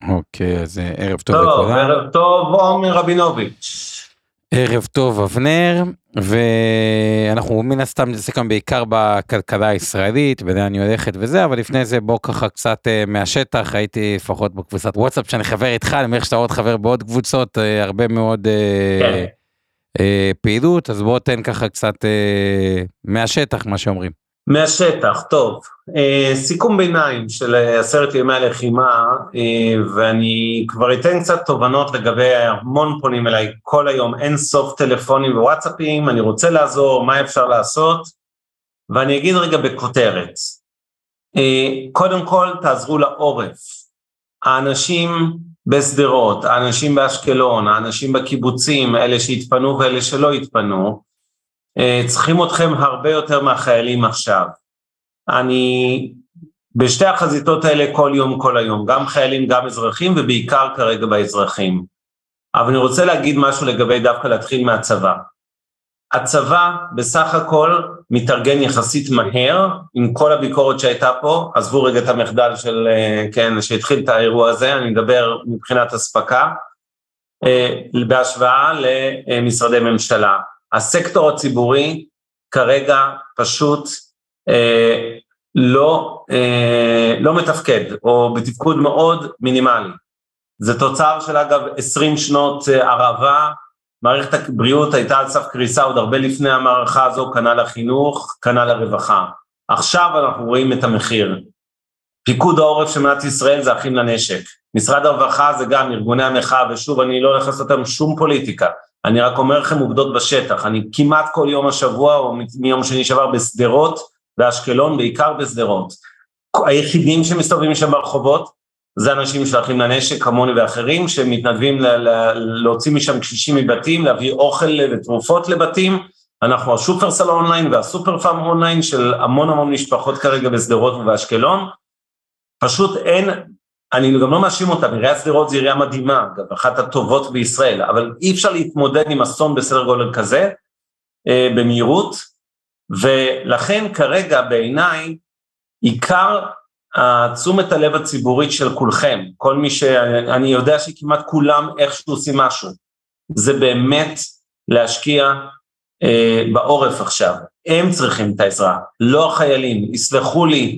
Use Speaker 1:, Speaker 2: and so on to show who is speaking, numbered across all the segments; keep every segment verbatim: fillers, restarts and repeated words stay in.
Speaker 1: אוקיי, אז ערב טוב
Speaker 2: טוב,
Speaker 1: לכולם.
Speaker 2: ערב טוב, עומר רבינוביץ'.
Speaker 1: ערב טוב אבנר, ואנחנו מן הסתם נעסק כאן בעיקר בכלכלה הישראלית, ולאן אני הולכת וזה, אבל לפני זה בוא ככה קצת מהשטח, הייתי לפחות בקבוצת וואטסאפ שאני חבר איתך, אני אומר שאתה עוד חבר בעוד קבוצות, הרבה מאוד
Speaker 2: כן.
Speaker 1: פעילות, אז בוא תן ככה קצת מהשטח מה שאומרים.
Speaker 2: מהשטח, טוב. סיכום ביניים של עשרת ימי הלחימה, ואני כבר אתן קצת תובנות לגבי המון פונים אליי כל היום, אין סוף טלפונים ווואטסאפים, אני רוצה לעזור, מה אפשר לעשות, ואני אגיד רגע בכותרת. קודם כל תעזרו לעורף, האנשים בסדרות, האנשים באשקלון, האנשים בקיבוצים, אלה שהתפנו ואלה שלא התפנו, צריכים אתכם הרבה יותר מהחיילים עכשיו. אני בשתי החזיתות האלה כל יום כל היום, גם חיילים גם אזרחים ובעיקר כרגע באזרחים. אבל אני רוצה להגיד משהו לגבי דווקא להתחיל מהצבא. הצבא בסך הכל מתארגן יחסית מהר, עם כל הביקורת שהייתה פה, עזבו רגע את המחדל של, כן, שהתחיל את האירוע הזה, אני מדבר מבחינת הספקה, בהשוואה למשרדי ממשלה. הסקטור הציבורי כרגע פשוט אה, לא, אה, לא מתפקד, או בתפקוד מאוד מינימלי. זה תוצר של אגב עשרים שנות ערבה, מערכת הבריאות הייתה על סף קריסה עוד הרבה לפני המערכה הזו, כנ"ל החינוך, כנ"ל הרווחה. עכשיו אנחנו רואים את המחיר. פיקוד העורף של מדינת ישראל זה אחים לנשק. משרד הרווחה זה גם ארגוני המחאה, ושוב אני לא הולך לעשות אותם שום פוליטיקה. אני רק אומר לכם עובדות בשטח, אני כמעט כל יום השבוע, או מיום שני שעבר בסדרות, באשקלון, בעיקר בסדרות. היחידים שמסתובבים שם ברחובות, זה אנשים שאחים לנשק, כמוני ואחרים, שמתנדבים להוציא משם קשישים מבתים, להביא אוכל ותרופות לבתים, אנחנו השופרסל אונליין והסופר פארם אונליין, של המון המון משפחות כרגע בסדרות ובאשקלון, פשוט אין, אני גם לא מאשים אותה, עיריית שדרות זו עירייה מדהימה, גם אחת הטובות בישראל, אבל אי אפשר להתמודד עם אסון בסדר גודל כזה, אה, במהירות, ולכן כרגע בעיניי, עיקר תשומת הלב הציבורית של כולכם, כל מי שאני יודע שכמעט כולם איכשהו עושים משהו, זה באמת להשקיע אה, בעורף עכשיו, הם צריכים את העזרה, לא החיילים, יסלחו לי,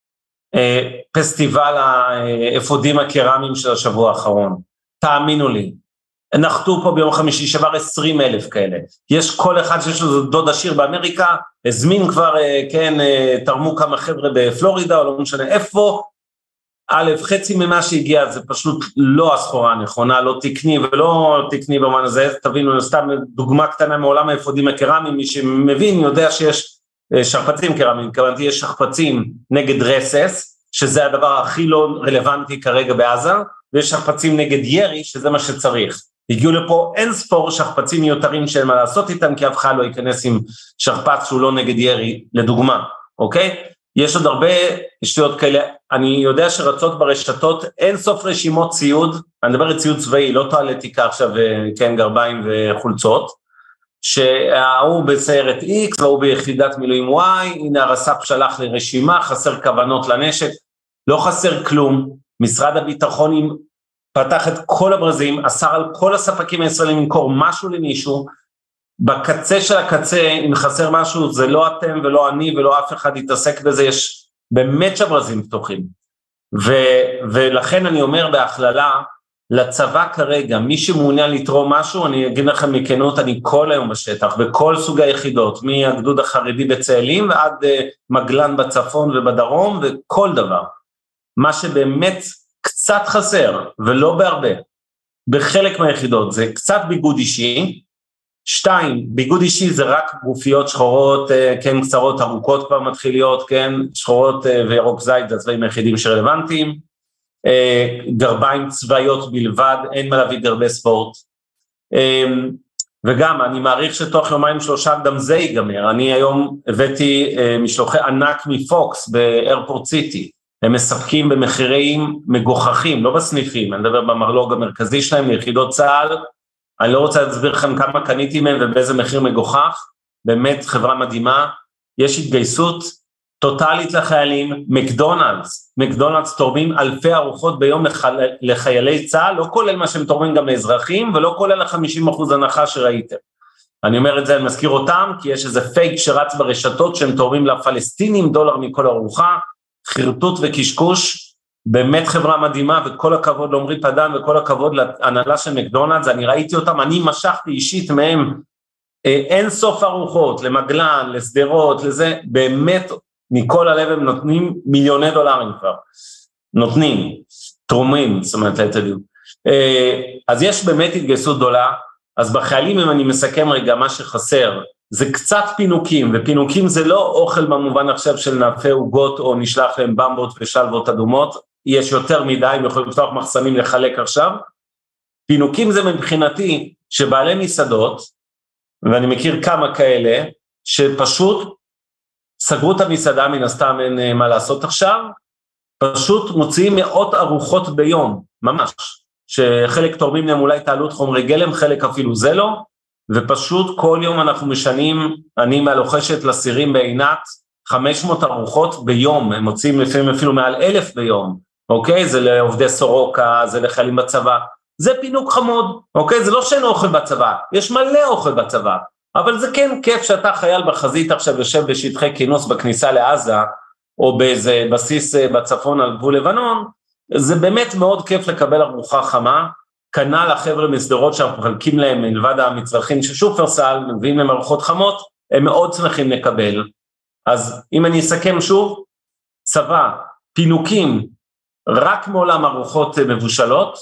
Speaker 2: פסטיבל האפודים הקרמיים של השבוע האחרון, תאמינו לי, נחתו פה ביום חמישי שבר עשרים אלף כאלה, יש כל אחד שיש לו דוד עשיר באמריקה, הזמין כבר, כן, תרמו כמה חבר'ה בפלורידה, או לא משנה איפה, א', חצי ממה שהגיע, זה פשוט לא הסחורה הנכונה, לא תקני ולא תקני במובן הזה, תבינו, סתם דוגמה קטנה מעולם האפודים הקרמיים, מי שמבין יודע שיש, שכפ"צים קרמיים, כמובן יש שכפ"צים נגד רסס, שזה הדבר הכי לא רלוונטי כרגע בעזה, ויש שכפ"צים נגד ירי, שזה מה שצריך. הגיעו לפה אין ספור שכפ"צים מיותרים שאין מה לעשות איתם, כי אף אחד לא ייכנס עם שכפ"ץ שהוא לא נגד ירי, לדוגמה, אוקיי? יש עוד הרבה שטויות כאלה, אני יודע שרצות ברשתות, אין סוף רשימות ציוד, אני מדבר על ציוד צבאי, לא טואלטיקה עכשיו, כן, גרביים וחולצות, שהוא בסיירת X, והוא ביחידת מילואים Y, הנה הרס"פ שלח לרשימה, חסר כוונות לנשק, לא חסר כלום, משרד הביטחון פתח את כל הברזים, אסר על כל הספקים הישראלים למכור משהו למישהו, בקצה של הקצה, אם חסר משהו, זה לא אתם ולא אני ולא אף אחד יתעסק בזה, יש באמת שברזים פתוחים, ו- ולכן אני אומר בהכללה, לצבא כרגע, מי שמעוניין לתרום משהו, אני אגיד לכם מכנות, אני כל היום בשטח, בכל סוג היחידות, מהגדוד החרדי בצאלים, ועד uh, מגלן בצפון ובדרום, וכל דבר. מה שבאמת קצת חסר, ולא בהרבה, בחלק מהיחידות, זה קצת ביגוד אישי, שתיים, ביגוד אישי זה רק גופיות שחורות, uh, כן, קצרות, ארוכות כבר מתחיליות, כן, שחורות uh, וירוק זית, זה הצבעים היחידים שרלוונטיים, גרביים צבאיות בלבד, אין מה להביא גרבי ספורט, וגם אני מעריך שתוך יומיים שלושה גם זה ייגמר, אני היום הבאתי משלוחי ענק מפוקס באיירפורט סיטי, הם מספקים במחירים מגוחכים, לא בסניפים, אני מדבר במרלוג המרכזי שלהם, ליחידות צה"ל, אני לא רוצה להסביר לכם כמה קניתי מהם ובאיזה מחיר מגוחך, באמת חברה מדהימה, יש התגייסות טוטלית לחיילים, מקדונלדס, מקדונלדס תורמים אלפי ארוחות ביום לח... לחיילי צה"ל, לא כולל מה שהם תורמים גם לאזרחים, ולא כולל ה-חמישים אחוז הנחה שראיתם. אני אומר את זה, אני מזכיר אותם, כי יש איזה פייק שרץ ברשתות, שהם תורמים לפלסטינים דולר מכל ארוחה, חרטוט וקשקוש, באמת חברה מדהימה, וכל הכבוד לעומרי פדן, וכל הכבוד להנהלה של מקדונלדס, אני ראיתי אותם, אני משכתי אישית מהם, אין סוף ארוחות, למגלן, לסדרות, לזה, באמת, מכל הלב הם נותנים מיליוני דולרים כבר, נותנים, תרומים, זאת אומרת, לתדיו. אז יש באמת התגייסות גדולה, אז בחיילים, אם אני מסכם רגע, מה שחסר, זה קצת פינוקים, ופינוקים זה לא אוכל במובן עכשיו של נאפה עוגות, או נשלח להם במבות ושלוות אדומות, יש יותר מדי, הם יכולים לפתוח מחסנים לחלק עכשיו, פינוקים זה מבחינתי, שבעלי מסעדות, ואני מכיר כמה כאלה, שפשוט סגרו את המסעדה, מן הסתם אין מה לעשות עכשיו, פשוט מוציאים מאות ארוחות ביום, ממש, שחלק תורמים להם אולי תעלות חומרי גלם, חלק אפילו זה לא, ופשוט כל יום אנחנו משנים, אני מהלוחשת לסירים בעינת, חמש מאות ארוחות ביום, הם מוציאים לפעמים אפילו מעל אלף ביום, אוקיי? זה לעובדי סורוקה, זה לחיילים בצבא, זה פינוק חמוד, אוקיי? זה לא שאין אוכל בצבא, יש מלא אוכל בצבא, אבל זה כן כיף שאתה חייל בחזית עכשיו יושב בשטחי כינוס בכניסה לעזה, או באיזה בסיס בצפון על גבול לבנון, זה באמת מאוד כיף לקבל ארוחה חמה, כנ"ל החבר'ה מסדרות שאנחנו מחלקים להם מלבד המצרכים של שופרסל, מביאים להם ארוחות חמות, הם מאוד שמחים לקבל. אז אם אני אסכם שוב, צבא, פינוקים, רק מעולם ארוחות מבושלות,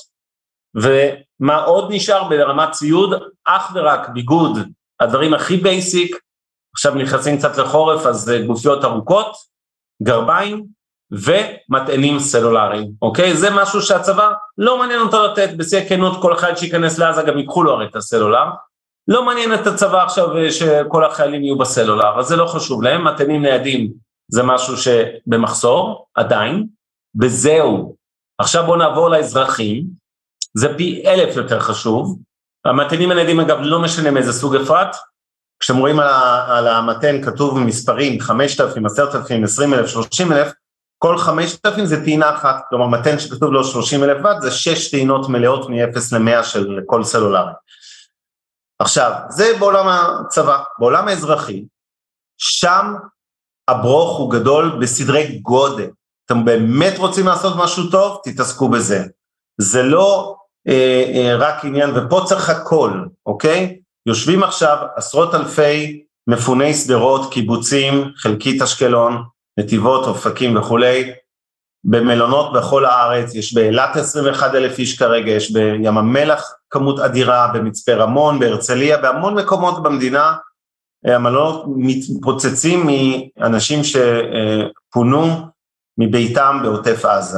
Speaker 2: ומה עוד נשאר ברמת ציוד, אך ורק ביגוד, הדברים הכי בייסיק, עכשיו נכנסים קצת לחורף, אז גופיות ארוכות, גרביים, ומטענים סלולריים, אוקיי? זה משהו שהצבא לא מעניין אותו לתת, בשיא הכנות כל אחד שיכנס לעזה, גם ייקחו לו הרי את הסלולר, לא מעניין את הצבא עכשיו שכל החיילים יהיו בסלולר, אז זה לא חשוב להם, מטענים ניידים זה משהו שבמחסור, עדיין, וזהו. עכשיו בואו נעבור לאזרחים, זה פי אלף יותר חשוב, המטענים הניידים אגב לא משנה מאיזה סוג אפרת, כשאתם רואים על המטען כתוב מספרים, חמשת אלפים, עשרת אלפים, עשרים אלף, שלושים אלף, כל חמשת אלפים זה טעינה אחת, כלומר מטען שכתוב לו שלושים אלף וואט, זה שש טעינות מלאות מ-אפס למאה של כל סלולרי. עכשיו, זה בעולם הצבא, בעולם האזרחי, שם הברוך הוא גדול בסדרי גודל, אתם באמת רוצים לעשות משהו טוב, תתעסקו בזה. זה לא אה, אה, רק עניין, ופה צריך הכל, אוקיי? יושבים עכשיו עשרות אלפי מפוני סדרות, קיבוצים, חלקית אשקלון, נתיבות, אופקים וכולי, במלונות בכל הארץ, יש באילת עשרים ואחד אלף איש כרגע, יש בים המלח כמות אדירה, במצפה רמון, בהרצליה, בהמון מקומות במדינה, המלונות מתפוצצים מאנשים שפונו מביתם בעוטף עזה.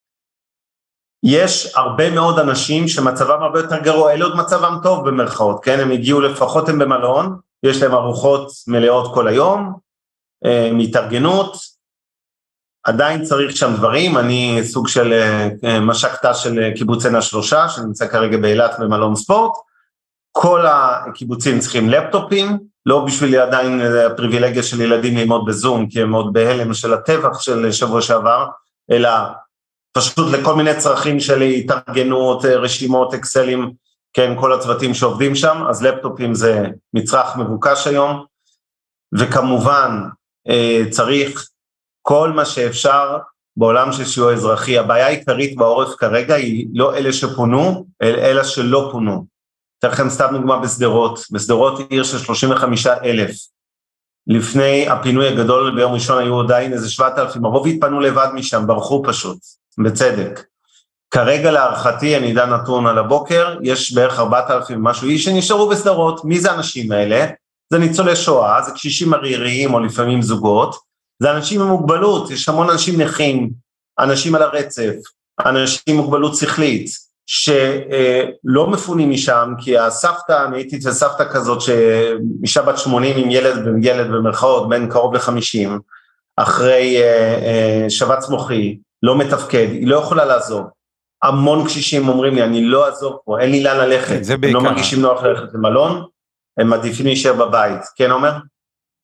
Speaker 2: יש הרבה מאוד אנשים שמצבם הרבה יותר גרוע, אלה עוד מצבם טוב במרכאות, כן? הם הגיעו לפחות הם במלון, יש להם ארוחות מלאות כל היום, מתארגנות, עדיין צריך שם דברים, אני סוג של משקתה של קיבוץ עין השלושה, שנמצא כרגע באילת במלון ספורט, כל הקיבוצים צריכים לפטופים, לא בשביל עדיין הפריבילגיה של ילדים ללמוד בזום, כי הם עוד בהלם של הטבח של שבוע שעבר, אלא פשוט לכל מיני צרכים של התארגנות, רשימות, אקסלים, כן, כל הצוותים שעובדים שם, אז לפטופים זה מצרך מבוקש היום, וכמובן צריך כל מה שאפשר בעולם של סיוע אזרחי, הבעיה העיקרית בעורף כרגע היא לא אלה שפונו, אלא שלא פונו. אתן לכם סתם דוגמה בסדרות, בסדרות עיר של שלושים וחמישה אלף, לפני הפינוי הגדול ביום ראשון היו עדיין איזה שבעת אלפים, הרוב התפנו לבד משם, ברחו פשוט, בצדק. כרגע להערכתי, אני יודע נתון על הבוקר, יש בערך ארבעת אלפים משהו איש שנשארו בסדרות, מי זה האנשים האלה? זה ניצולי שואה, זה קשישים עריריים או לפעמים זוגות, זה אנשים עם מוגבלות, יש המון אנשים נכים, אנשים על הרצף, אנשים עם מוגבלות שכלית, שלא מפונים משם, כי הסבתא, אני הייתי אצל סבתא כזאת, שאישה בת שמונים עם ילד וילד במרכאות, בין קרוב ל-חמישים, אחרי שבץ מוחי, לא מתפקד, היא לא יכולה לעזוב. המון קשישים אומרים לי, אני לא אעזוב פה, אין לי לאן ללכת, הם לא מרגישים נוח ללכת למלון, הם מעדיפים להישאר בבית, כן אומר?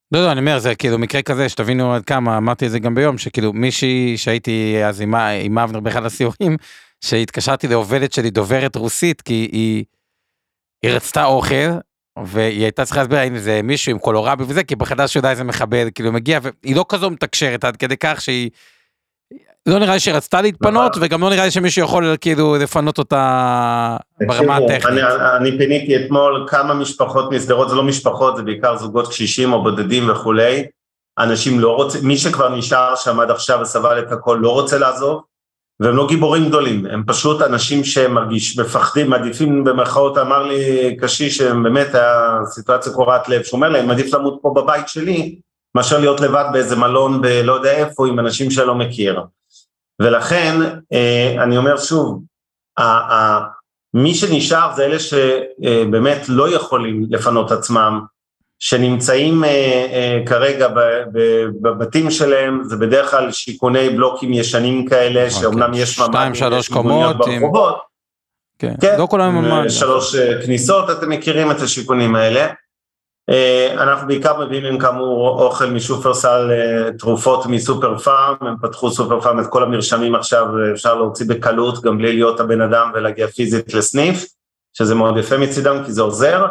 Speaker 1: לא, לא, אני אומר, זה כאילו מקרה כזה, שתבינו עד כמה, אמרתי את זה גם ביום, שכאילו מישהי שהייתי אז עם, עם אבנר באחד הסיורים, שהתקשרתי לעובדת שלי דוברת רוסית, כי היא, היא רצתה אוכל, והיא הייתה צריכה להסביר, הנה זה מישהו עם קולורבי וזה, כי בחדר שיודע איזה מכבד, כאילו מגיע, והיא לא כזו מתקשרת, עד כדי כך שהיא, לא נראה לי שרצתה להתפנות, וגם לא נראה לי שמישהו יכול כאילו לפנות אותה ברמה הטכנית.
Speaker 2: אני, אני פיניתי אתמול כמה משפחות מסדרות, זה לא משפחות, זה בעיקר זוגות קשישים או בודדים וכולי, אנשים לא רוצים, מי שכבר נשאר שם עד עכשיו וסבל את הכל לא רוצה לעזוב, והם לא גיבורים גדולים, הם פשוט אנשים שמרגיש, מפחדים, מעדיפים במרכאות, אמר לי קשיש, שהם באמת הסיטואציה קורעת לב, שאומר להם, מעדיף למות פה בבית שלי, מאשר להיות לבד באיזה מלון, בלא יודע איפה, עם אנשים שלא מכיר. ולכן, אני אומר שוב, מי שנשאר זה אלה שבאמת לא יכולים לפנות עצמם, שנמצאים כרגע בבתים שלהם, זה בדרך כלל שיכוני בלוקים ישנים כאלה, שאומנם יש ממש
Speaker 1: שתיים, שלוש קומות,
Speaker 2: ברחובות,
Speaker 1: כן, לא כל היום
Speaker 2: שלוש כניסות, אתם מכירים את השיכונים האלה, אנחנו בעיקר מביאים עם כאמור אוכל משופרסל, תרופות מסופר פארם, הם פתחו סופר פארם, את כל המרשמים עכשיו אפשר להוציא בקלות, גם בלי להיות הבן אדם ולהגיע פיזית לסניף, שזה מאוד יפה מצידם כי זה עוזר,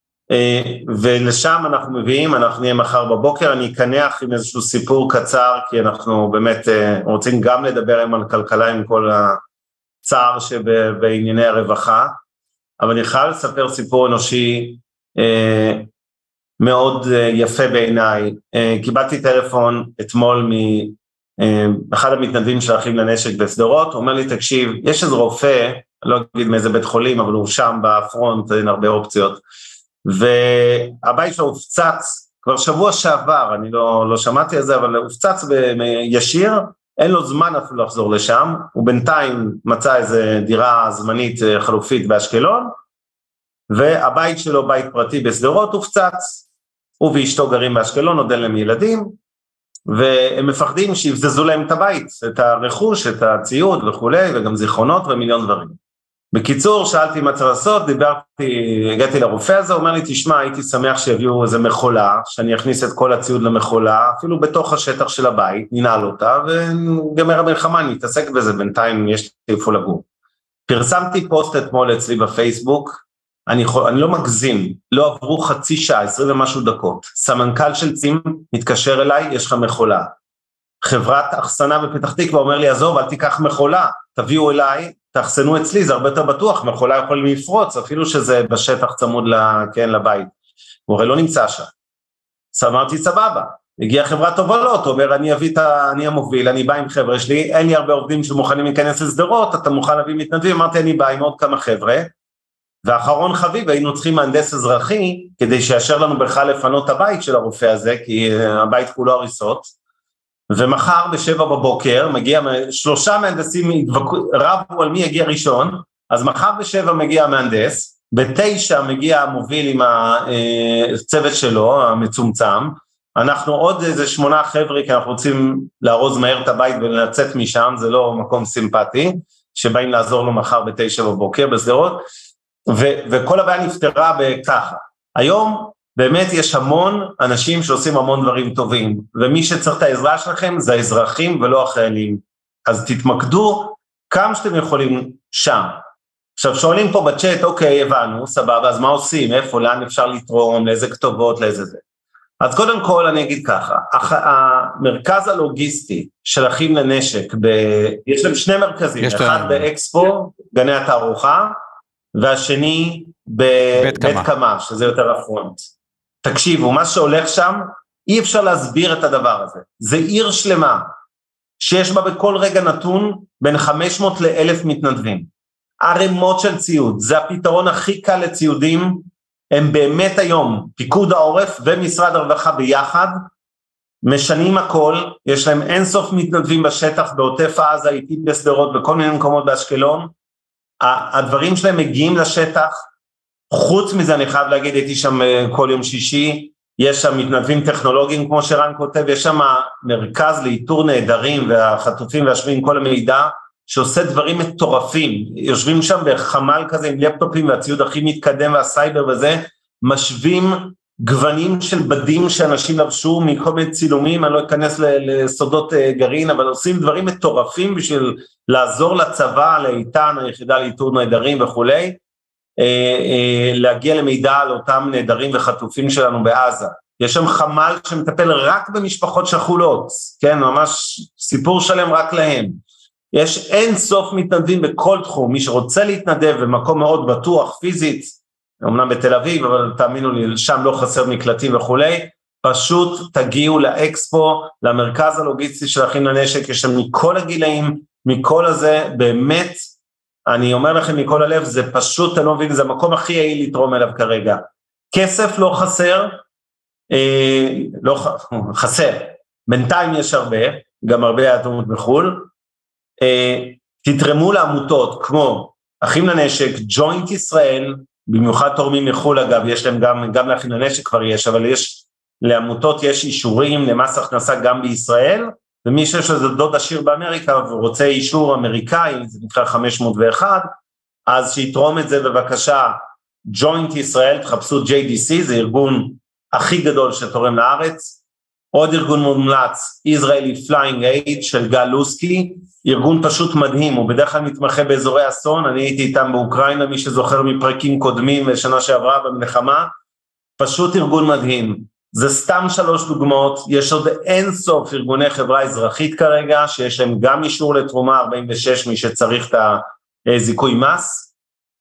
Speaker 2: ולשם אנחנו מביאים, אנחנו נהיה מחר בבוקר, אני אקנח עם איזשהו סיפור קצר, כי אנחנו באמת רוצים גם לדבר עם על כלכלה, עם כל הצער שבענייני הרווחה, אבל אני חייב לספר סיפור אנושי, מאוד יפה בעיניי, קיבלתי טלפון אתמול מאחד המתנדבים של אחים לנשק בסדרות, הוא אומר לי תקשיב, יש איזה רופא, לא אגיד מאיזה בית חולים, אבל הוא שם בפרונט, אין הרבה אופציות, והבית שלו הופצץ, כבר שבוע שעבר, אני לא, לא שמעתי על זה, אבל הופצץ בישיר, אין לו זמן אפילו לחזור לשם, הוא בינתיים מצא איזה דירה זמנית חלופית באשקלון, והבית שלו, בית פרטי בסדרות, הופצץ, הוא ואשתו גרים באשקלון, עוד אין להם ילדים, והם מפחדים שיבזזו להם את הבית, את הרכוש, את הציוד וכו', וגם זיכרונות ומיליון דברים. בקיצור, שאלתי מה צריך לעשות, דיברתי, הגעתי לרופא הזה, הוא אומר לי, תשמע, הייתי שמח שיביאו איזה מחולה, שאני אכניס את כל הציוד למחולה, אפילו בתוך השטח של הבית, ננעל אותה, וגמר המלחמה, אני מתעסק בזה, בינתיים יש לי איפה לגור. פרסמתי פוסט אתמול אצלי בפייסבוק, אני, אני לא מגזים, לא עברו חצי שעה, עשרים ומשהו דקות, סמנכ"ל של צים מתקשר אליי, יש לך מחולה, חברת אכסנה בפתח תקווה אומר לי, עזוב, אל תיקח מחולה, תביאו אליי, תאכסנו אצלי, זה הרבה יותר בטוח, מחולה יכולים לפרוץ, אפילו שזה בשטח צמוד כן, לבית, הוא הרי לא נמצא שם, אמרתי סבבה, הגיעה חברת הובלות, אומר אני אביא את ה... אני המוביל, אני בא עם חבר'ה שלי, אין לי הרבה עובדים שמוכנים להיכנס לסדרות, אתה מוכן להביא מתנדבים, אמרתי אני בא עם עוד כמה חבר'ה, ואחרון חביב, היינו צריכים מהנדס אזרחי, כדי שיאשר לנו בכלל לפנות הבית של הרופא הזה, כי הבית כולו הריסות, ומחר בשבע בבוקר, מגיע שלושה מהנדסים, רבו על מי יגיע ראשון, אז מחר בשבע מגיע המהנדס, בתשע מגיע המוביל עם הצוות שלו, המצומצם, אנחנו עוד איזה שמונה חבר'ה, כי אנחנו רוצים לארוז מהר את הבית ולצאת משם, זה לא מקום סימפטי, שבאים לעזור לו מחר בתשע בבוקר בסדרות, ו- וכל הבעיה נפתרה בככה. היום באמת יש המון אנשים שעושים המון דברים טובים, ומי שצריך את העזרה שלכם זה האזרחים ולא החיילים. אז תתמקדו כמה שאתם יכולים שם. עכשיו שואלים פה בצ'אט, אוקיי, הבנו, סבבה, אז מה עושים? איפה, לאן אפשר לתרום, לאיזה כתובות, לאיזה זה. אז קודם כל אני אגיד ככה, המרכז הלוגיסטי של אחים לנשק, ב... יש להם שני מרכזים, אחד לה... באקספו, גני התערוכה, והשני בבית קמה, שזה יותר הפרונט. תקשיבו, מה שהולך שם, אי אפשר להסביר את הדבר הזה. זה עיר שלמה, שיש בה בכל רגע נתון, בין חמש מאות לאלף מתנדבים. ערימות של ציוד, זה הפתרון הכי קל לציודים, הם באמת היום, פיקוד העורף ומשרד הרווחה ביחד, משנים הכל, יש להם אינסוף מתנדבים בשטח, בעוטף עזה, איתי בסדרות, בכל מיני מקומות באשקלון, הדברים שלהם מגיעים לשטח, חוץ מזה אני חייב להגיד, הייתי שם כל יום שישי, יש שם מתנדבים טכנולוגיים כמו שרן כותב, יש שם מרכז לאיתור נהדרים והחטופים והשבים כל המידע, שעושה דברים מטורפים, יושבים שם בחמל כזה עם לפטופים והציוד הכי מתקדם והסייבר וזה, משווים גוונים של בדים שאנשים לבשו מכל מיני צילומים, אני לא אכנס לסודות גרעין, אבל עושים דברים מטורפים בשביל לעזור לצבא, לאיתן, היחידה לאיתור נעדרים וכולי, להגיע למידע על אותם נעדרים וחטופים שלנו בעזה. יש שם חמ"ל שמטפל רק במשפחות שכולות, כן, ממש סיפור שלם רק להם. יש אין סוף מתנדבים בכל תחום, מי שרוצה להתנדב במקום מאוד בטוח, פיזית, אמנם בתל אביב, אבל תאמינו לי, שם לא חסר מקלטים וכולי, פשוט תגיעו לאקספו, למרכז הלוגיסטי של אחים לנשק, יש שם מכל הגילאים, מכל הזה, באמת, אני אומר לכם מכל הלב, זה פשוט, אני לא מבין, זה המקום הכי יעיל לתרום אליו כרגע. כסף לא חסר, אה, לא חסר, בינתיים יש הרבה, גם הרבה התרומות בחול, אה, תתרמו לעמותות כמו אחים לנשק, ג'וינט ישראל, במיוחד תורמים מחול אגב, יש להם גם, גם לאחים לנשק כבר יש, אבל יש, לעמותות יש אישורים למס הכנסה גם בישראל, ומי שיש לזה דוד עשיר באמריקה ורוצה אישור אמריקאי, זה נקרא חמש מאות ואחת, אז שיתרום את זה בבקשה, ג'וינט ישראל, תחפשו ג'יי די סי, זה ארגון הכי גדול שתורם לארץ, עוד ארגון מומלץ, Israeli Flying Aid של גל לוסקי, ארגון פשוט מדהים, הוא בדרך כלל מתמחה באזורי אסון, אני הייתי איתם באוקראינה, מי שזוכר מפרקים קודמים בשנה שעברה במלחמה, פשוט ארגון מדהים, זה סתם שלוש דוגמאות, יש עוד אין סוף ארגוני חברה אזרחית כרגע, שיש להם גם אישור לתרומה ארבעים ושש, מי שצריך את הזיכוי מס,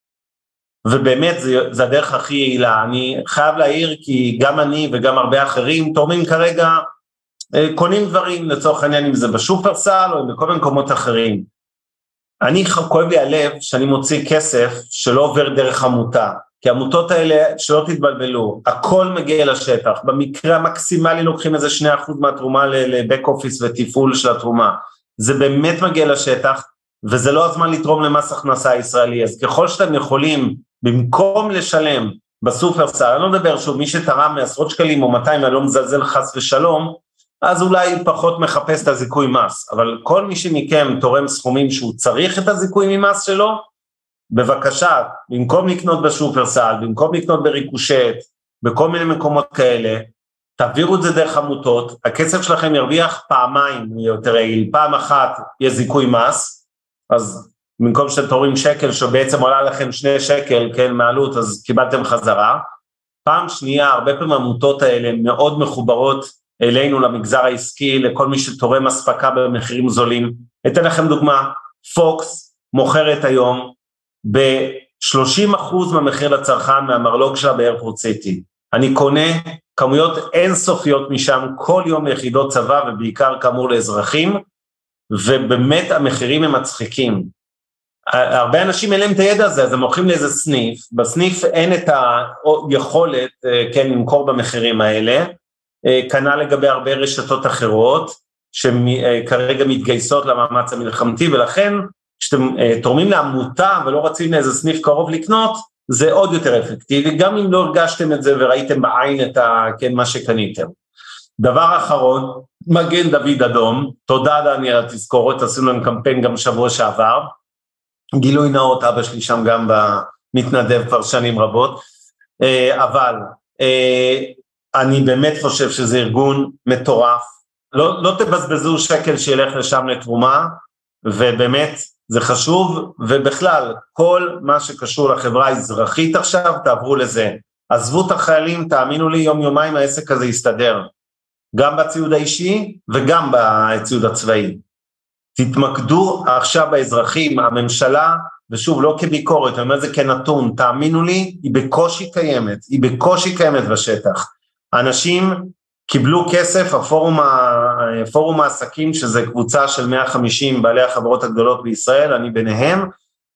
Speaker 2: ובאמת זה, זה הדרך הכי יעילה, אני חייב להעיר כי גם אני וגם הרבה אחרים תורמים כרגע, קונים דברים לצורך העניין אם זה בשופרסל או בכל מיני מקומות אחרים, אני כואב לי הלב שאני מוציא כסף שלא עובר דרך עמותה, כי העמותות האלה שלא תתבלבלו, הכל מגיע לשטח, במקרה המקסימלי לוקחים איזה שני אחוז מהתרומה לבק אופיס וטיפול של התרומה, זה באמת מגיע לשטח, וזה לא הזמן לתרום למס הכנסה הישראלי, אז ככל שאתם יכולים, במקום לשלם בסופרסל, אני לא מדבר שוב, מי שתרם מעשרות שקלים או מאתיים, אני לא מזלזל חס ושלום, אז אולי פחות מחפש את הזיכוי מס, אבל כל מי שמכם תורם סכומים שהוא צריך את הזיכוי ממס שלו, בבקשה, במקום לקנות בשופרסל, במקום לקנות בריקושט, בכל מיני מקומות כאלה, תעבירו את זה דרך עמותות, הכסף שלכם ירוויח פעמיים יותר יעיל, פעם אחת יש זיכוי מס, אז במקום שאתם תורים שקל, שבעצם עולה לכם שני שקל, כן, מעלות, אז קיבלתם חזרה, פעם שנייה, הרבה פעמים העמותות האלה מאוד מחוברות אלינו, למגזר העסקי, לכל מי שתורם הספקה במחירים זולים, אתן לכם דוגמה, פוקס מוכרת היום, ב-שלושים אחוז מהמחיר לצרכן מהמרלוג שלה באיירפורט סיטי. אני קונה כמויות אינסופיות משם כל יום ליחידות צבא ובעיקר כאמור לאזרחים, ובאמת המחירים הם מצחיקים. הרבה אנשים אין להם את הידע הזה, אז הם הולכים לאיזה סניף, בסניף אין את היכולת כן, למכור במחירים האלה, כנ"ל לגבי הרבה רשתות אחרות, שכרגע מתגייסות למאמץ המלחמתי, ולכן כשאתם uh, תורמים לעמותה ולא רצים לאיזה סניף קרוב לקנות, זה עוד יותר אפקטיבי, גם אם לא הרגשתם את זה וראיתם בעין את ה, כן, מה שקניתם. דבר אחרון, מגן דוד אדום, תודה דני על התזכורת, עשינו להם קמפיין גם שבוע שעבר, גילוי נאות, אבא שלי שם גם במתנדב כבר שנים רבות, uh, אבל uh, אני באמת חושב שזה ארגון מטורף, לא, לא תבזבזו שקל שילך לשם לתרומה, ובאמת, זה חשוב, ובכלל, כל מה שקשור לחברה האזרחית עכשיו, תעברו לזה. עזבו את החיילים, תאמינו לי, יום יומיים העסק הזה יסתדר. גם בציוד האישי, וגם בציוד הצבאי. תתמקדו עכשיו באזרחים, הממשלה, ושוב, לא כביקורת, אני אומר זה כנתון, תאמינו לי, היא בקושי קיימת, היא בקושי קיימת בשטח. האנשים קיבלו כסף, הפורום, הפורום העסקים, שזה קבוצה של מאה וחמישים בעלי החברות הגדולות בישראל, אני ביניהם,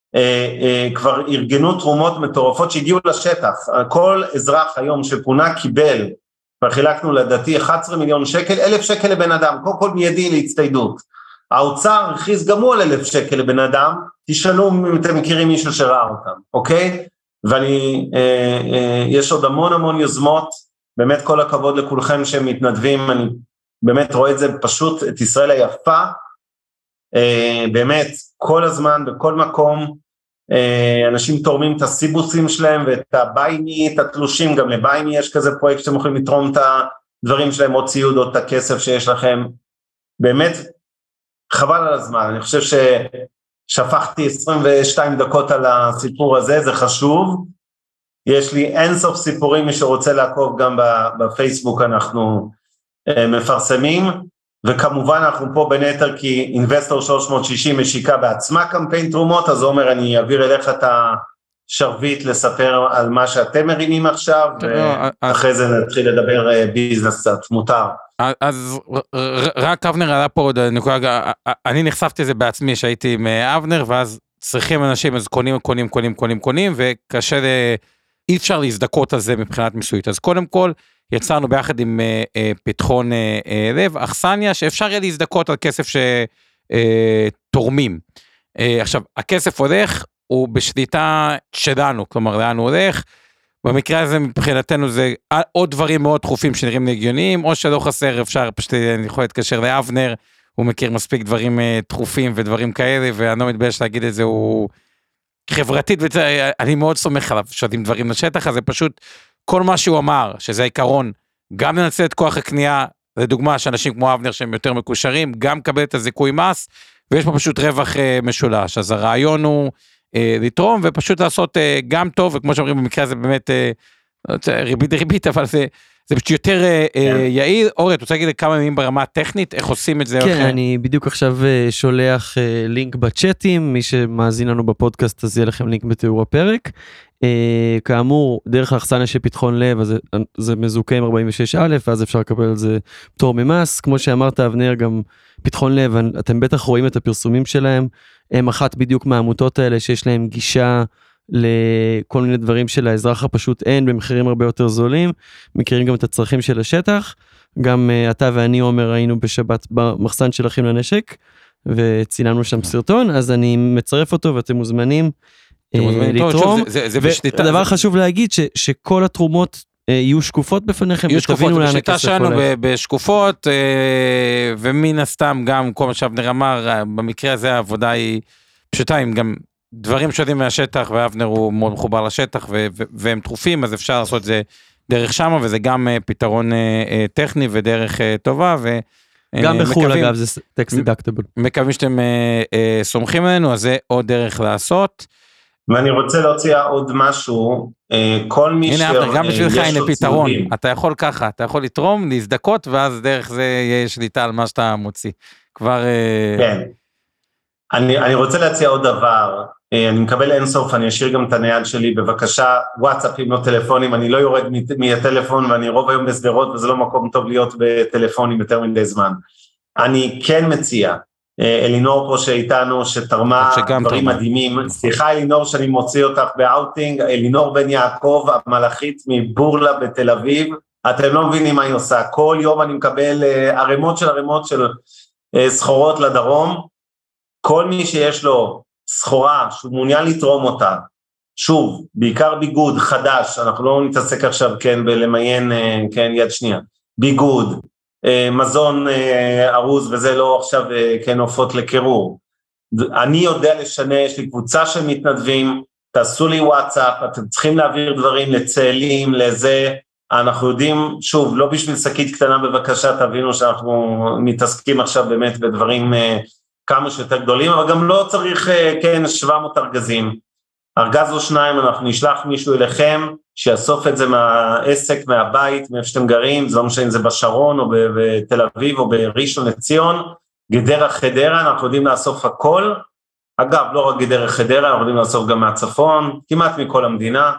Speaker 2: כבר ארגנו תרומות מטורפות שהגיעו לשטח, כל אזרח היום שפונה קיבל, וחילקנו לדעתי אחד עשר מיליון שקל, אלף שקל לבן אדם, כל כל מיידי להצטיידות, האוצר הכריז גם הוא על אלף שקל לבן אדם, תשאלו אם אתם מכירים מישהו שראה אותם, אוקיי? ואני, יש עוד המון המון יוזמות, באמת כל הכבוד לכולכם שהם מתנדבים, אני באמת רואה את זה פשוט, את ישראל היפה, באמת כל הזמן, בכל מקום, אנשים תורמים את הסיבוסים שלהם ואת הביימי, את התלושים, גם לביימי יש כזה פרויקט שאתם יכולים לתרום את הדברים שלהם, או ציוד או את הכסף שיש לכם, באמת חבל על הזמן, אני חושב ששפכתי עשרים ושתיים דקות על הסיפור הזה, זה חשוב, יש לי אינסוף סיפורים, מי שרוצה לעקוב גם בפייסבוק אנחנו מפרסמים, וכמובן אנחנו פה בין היתר כי אינבסטור שלוש מאות שישים משיקה בעצמה קמפיין תרומות, אז עומר אני אעביר אליך את השרביט לספר על מה שאתם מרימים עכשיו, ואחרי זה נתחיל לדבר ביזנס קצת, מותר.
Speaker 1: אז רק אבנר עלה פה עוד נקודה, אני נחשפתי לזה בעצמי שהייתי עם אבנר, ואז צריכים אנשים, אז קונים, קונים, קונים, קונים, קונים, וקשה, אי אפשר להזדקות על זה מבחינת מיסויית, אז קודם כל, יצרנו ביחד עם אה, אה, פתחון אה, אה, לב, אכסניה, שאפשר יהיה להזדקות על כסף שתורמים. אה, אה, עכשיו, הכסף הולך, הוא בשליטה שלנו, כלומר, לאן הוא הולך, במקרה הזה מבחינתנו זה עוד דברים מאוד דחופים שנראים הגיוניים, או שלא חסר, אפשר פשוט, אני יכול להתקשר לאבנר, הוא מכיר מספיק דברים אה, דחופים ודברים כאלה, ואני לא מתבייש להגיד את זה, הוא חברתית, ואני מאוד סומך עליו, שעדים דברים לשטח, אז זה פשוט, כל מה שהוא אמר, שזה העיקרון, גם לנצל את כוח הקנייה, לדוגמה שאנשים כמו אבנר שהם יותר מקושרים, גם קבל את הזיכוי מס, ויש פה פשוט רווח אה, משולש, אז הרעיון הוא אה, לתרום, ופשוט לעשות אה, גם טוב, וכמו שאומרים במקרה הזה באמת, אה, ריבית ריבית, אבל זה, זה פשוט יותר אה, כן. אה, יעיל. אורי, אתה רוצה להגיד כמה מילים ברמה הטכנית, איך עושים את זה?
Speaker 3: כן,
Speaker 1: אחרי?
Speaker 3: אני בדיוק עכשיו שולח אה, לינק בצ'אטים, מי שמאזין לנו בפודקאסט, אז יהיה לכם לינק בתיאור הפרק, Uh, כאמור, דרך האכסניה של פתחון לב, אז זה, זה מזוכה עם ארבעים ושש א', ואז אפשר לקבל על זה פטור ממס, כמו שאמרת אבנר, גם פתחון לב, אתם בטח רואים את הפרסומים שלהם, הם אחת בדיוק מהעמותות האלה, שיש להם גישה לכל מיני דברים של האזרח הפשוט אין, במחירים הרבה יותר זולים, מכירים גם את הצרכים של השטח, גם uh, אתה ואני עומר היינו בשבת במחסן של אחים לנשק, וצילמנו שם סרטון, אז אני מצרף אותו ואתם מוזמנים, לתרום, והדבר חשוב להגיד שכל התרומות יהיו שקופות בפניכם, ותבינו לאן הכסף הולך.
Speaker 1: בשקופות, ומן הסתם גם כל מה שאבנר אמר, במקרה הזה העבודה היא פשוטה, עם גם דברים שיודעים מהשטח, ואבנר הוא מאוד מחובר לשטח, והם דחופים, אז אפשר לעשות את זה דרך שם, וזה גם פתרון טכני ודרך טובה,
Speaker 3: גם בחול אגב, זה טקסט דידקטיבל.
Speaker 1: מקווים שאתם סומכים עלינו, אז זה עוד דרך לעשות.
Speaker 2: ואני רוצה להוציא עוד משהו, כל מי שיש לו ציורים. הנה, גם בשבילך, הנה פתרון,
Speaker 1: אתה יכול ככה, אתה יכול לתרום, להזדקות, ואז דרך זה יהיה שליטה על מה שאתה מוציא. כבר...
Speaker 2: כן. אני, אני רוצה להציע עוד דבר, אני מקבל אינסוף, אני אשאיר גם את הנייד שלי, בבקשה, וואטסאפים, לא טלפונים, אני לא יורד מהטלפון, ואני רוב היום בסדרות, וזה לא מקום טוב להיות בטלפונים יותר מדי זמן. אני כן מציע, אלינור פה שאיתנו, שתרמה דברים מדהימים, סליחה אלינור שאני מוציא אותך באוטינג, אלינור בן יעקב, המלאכית מבורלה בתל אביב, אתם לא מבינים מה היא עושה, כל יום אני מקבל ערימות של ערימות של סחורות לדרום, כל מי שיש לו סחורה שהוא מעוניין לתרום אותה, שוב, בעיקר ביגוד חדש, אנחנו לא נתעסק עכשיו כן בלמיין כן יד שנייה, ביגוד, מזון ארוז וזה לא עכשיו כן הופות לקירור, אני יודע לשנה, יש לי קבוצה של מתנדבים, תעשו לי וואטסאפ, אתם צריכים להעביר דברים לצאלים, לזה, אנחנו יודעים, שוב, לא בשביל שקית קטנה בבקשה, תבינו שאנחנו מתעסקים עכשיו באמת בדברים כמה שיותר גדולים, אבל גם לא צריך כן שבע מאות ארגזים, ארגז או שניים, אנחנו נשלח מישהו אליכם, שיאסוף את זה מהעסק, מהבית, מאיפה שאתם גרים, זה לא משנה אם זה בשרון, או בתל אביב, או בראשון לציון, גדרה חדרה, אנחנו יודעים לאסוף הכל, אגב, לא רק גדרה חדרה, אנחנו יודעים לאסוף גם מהצפון, כמעט מכל המדינה,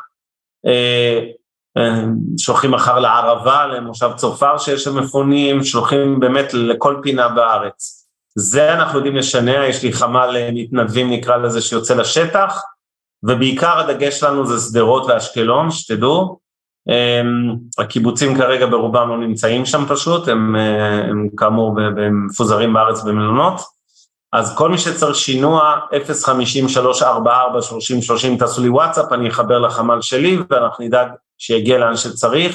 Speaker 2: שולחים מחר לערבה, למושב צופר שיש שם מפונים, שולחים באמת לכל פינה בארץ, זה אנחנו יודעים לשנע, יש לי חמ"ל מתנדבים נקרא לזה שיוצא לשטח, ובעיקר הדגש שלנו זה סדרות ואשקלון, שתדעו, הקיבוצים כרגע ברובם לא נמצאים שם פשוט, הם, הם כאמור מפוזרים בארץ במלונות, אז כל מי שצריך שינוע, אפס חמישים שלוש ארבע ארבע שלושים שלושים, תעשו לי וואטסאפ, אני אחבר לחמ"ל שלי, ואנחנו נדאג שיגיע לאן שצריך,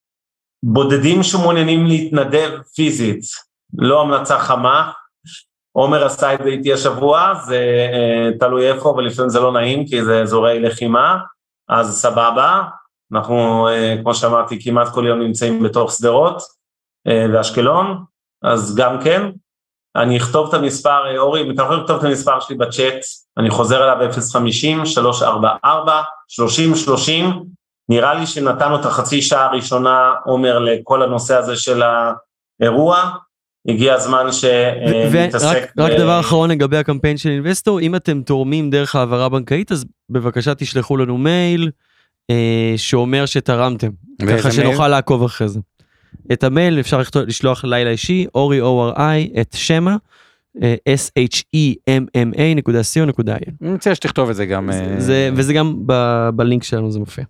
Speaker 2: בודדים שמעוניינים להתנדב פיזית, לא המלצה חמה, עומר עשה את זה איתי השבוע, זה תלוי איפה, אבל לפעמים זה לא נעים, כי זה אזורי לחימה, אז סבבה, אנחנו, כמו שאמרתי, כמעט כל יום נמצאים בתוך סדרות, ואשקלון, אז גם כן, אני אכתוב את המספר, אורי, אם אתה יכול לכתוב את המספר שלי בצ'אט, אני חוזר עליו אפס חמישים שלוש ארבע ארבע שלושים שלושים, נראה לי שנתנו את החצי שעה הראשונה, עומר, לכל הנושא הזה של האירוע, הגיע הזמן שנתעסק...
Speaker 3: רק דבר אחרון לגבי הקמפיין של אינבסטור, אם אתם תורמים דרך העברה בנקאית, אז בבקשה תשלחו לנו מייל, שאומר שתרמתם, ככה שנוכל לעקוב אחרי זה. את המייל אפשר לשלוח לילה אישי, אורי או אר איי, את שמה, אס אייץ' אי אם אם איי נקודה סי או נקודה איי אל.
Speaker 1: אני מציע שתכתוב את זה גם.
Speaker 3: וזה גם בלינק שלנו זה מופיע.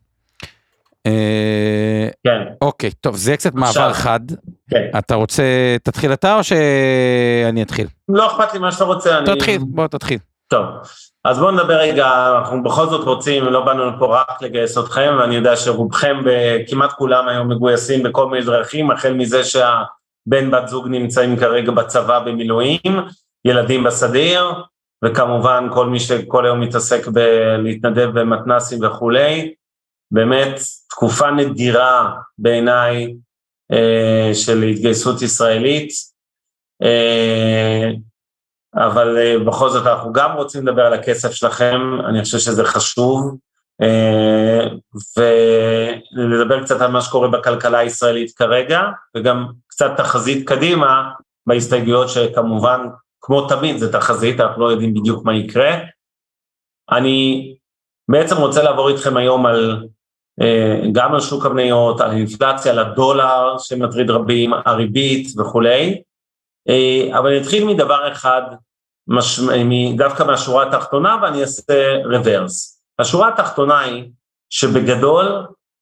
Speaker 1: כן. אוקיי, טוב, זה קצת מעבר חד. אתה רוצה, תתחיל אתה או שאני אתחיל?
Speaker 2: לא אכפת לי מה שאתה רוצה.
Speaker 1: תתחיל, בוא תתחיל.
Speaker 2: טוב, אז בואו נדבר רגע, אנחנו בכל זאת רוצים, לא באנו פה רק לגייס אתכם, ואני יודע שרובכם, כמעט כולם היום מגויסים בכל מיני דרכים, החל מזה שהבן בת זוג נמצאים כרגע בצבא במילואים, ילדים בסדיר, וכמובן כל מי שכל היום מתעסק בלהתנדב במתנסים וכולי, באמת תקופה נדירה בעיניי אה, של התגייסות ישראלית, אה, אבל uh, בכל זאת אנחנו גם רוצים לדבר על הכסף שלכם, אני חושב שזה חשוב, uh, ולדבר קצת על מה שקורה בכלכלה הישראלית כרגע, וגם קצת תחזית קדימה, בהסתייגויות שכמובן, כמו תמיד זה תחזית, אנחנו לא יודעים בדיוק מה יקרה. אני בעצם רוצה לעבור איתכם היום על, uh, גם על שוק המניות, על אינפלציה, על הדולר שמטריד רבים, הריבית וכולי, אבל אני אתחיל מדבר אחד, מש... דווקא מהשורה התחתונה, ואני אעשה רוורס. השורה התחתונה היא שבגדול,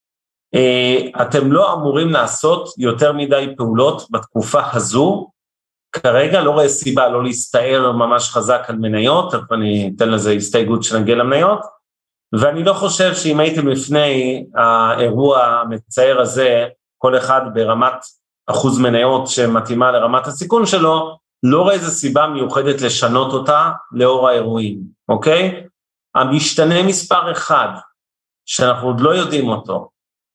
Speaker 2: אתם לא אמורים לעשות יותר מדי פעולות בתקופה הזו, כרגע לא רואה סיבה לא להסתער ממש חזק על מניות, אני אתן לזה הסתייגות שנגיע למניות, ואני לא חושב שאם הייתם לפני האירוע המצער הזה, כל אחד ברמת אחוז מניות שמתאימה לרמת הסיכון שלו, לא רואה איזו סיבה מיוחדת לשנות אותה לאור האירועים, אוקיי? המשתנה מספר אחד, שאנחנו עוד לא יודעים אותו,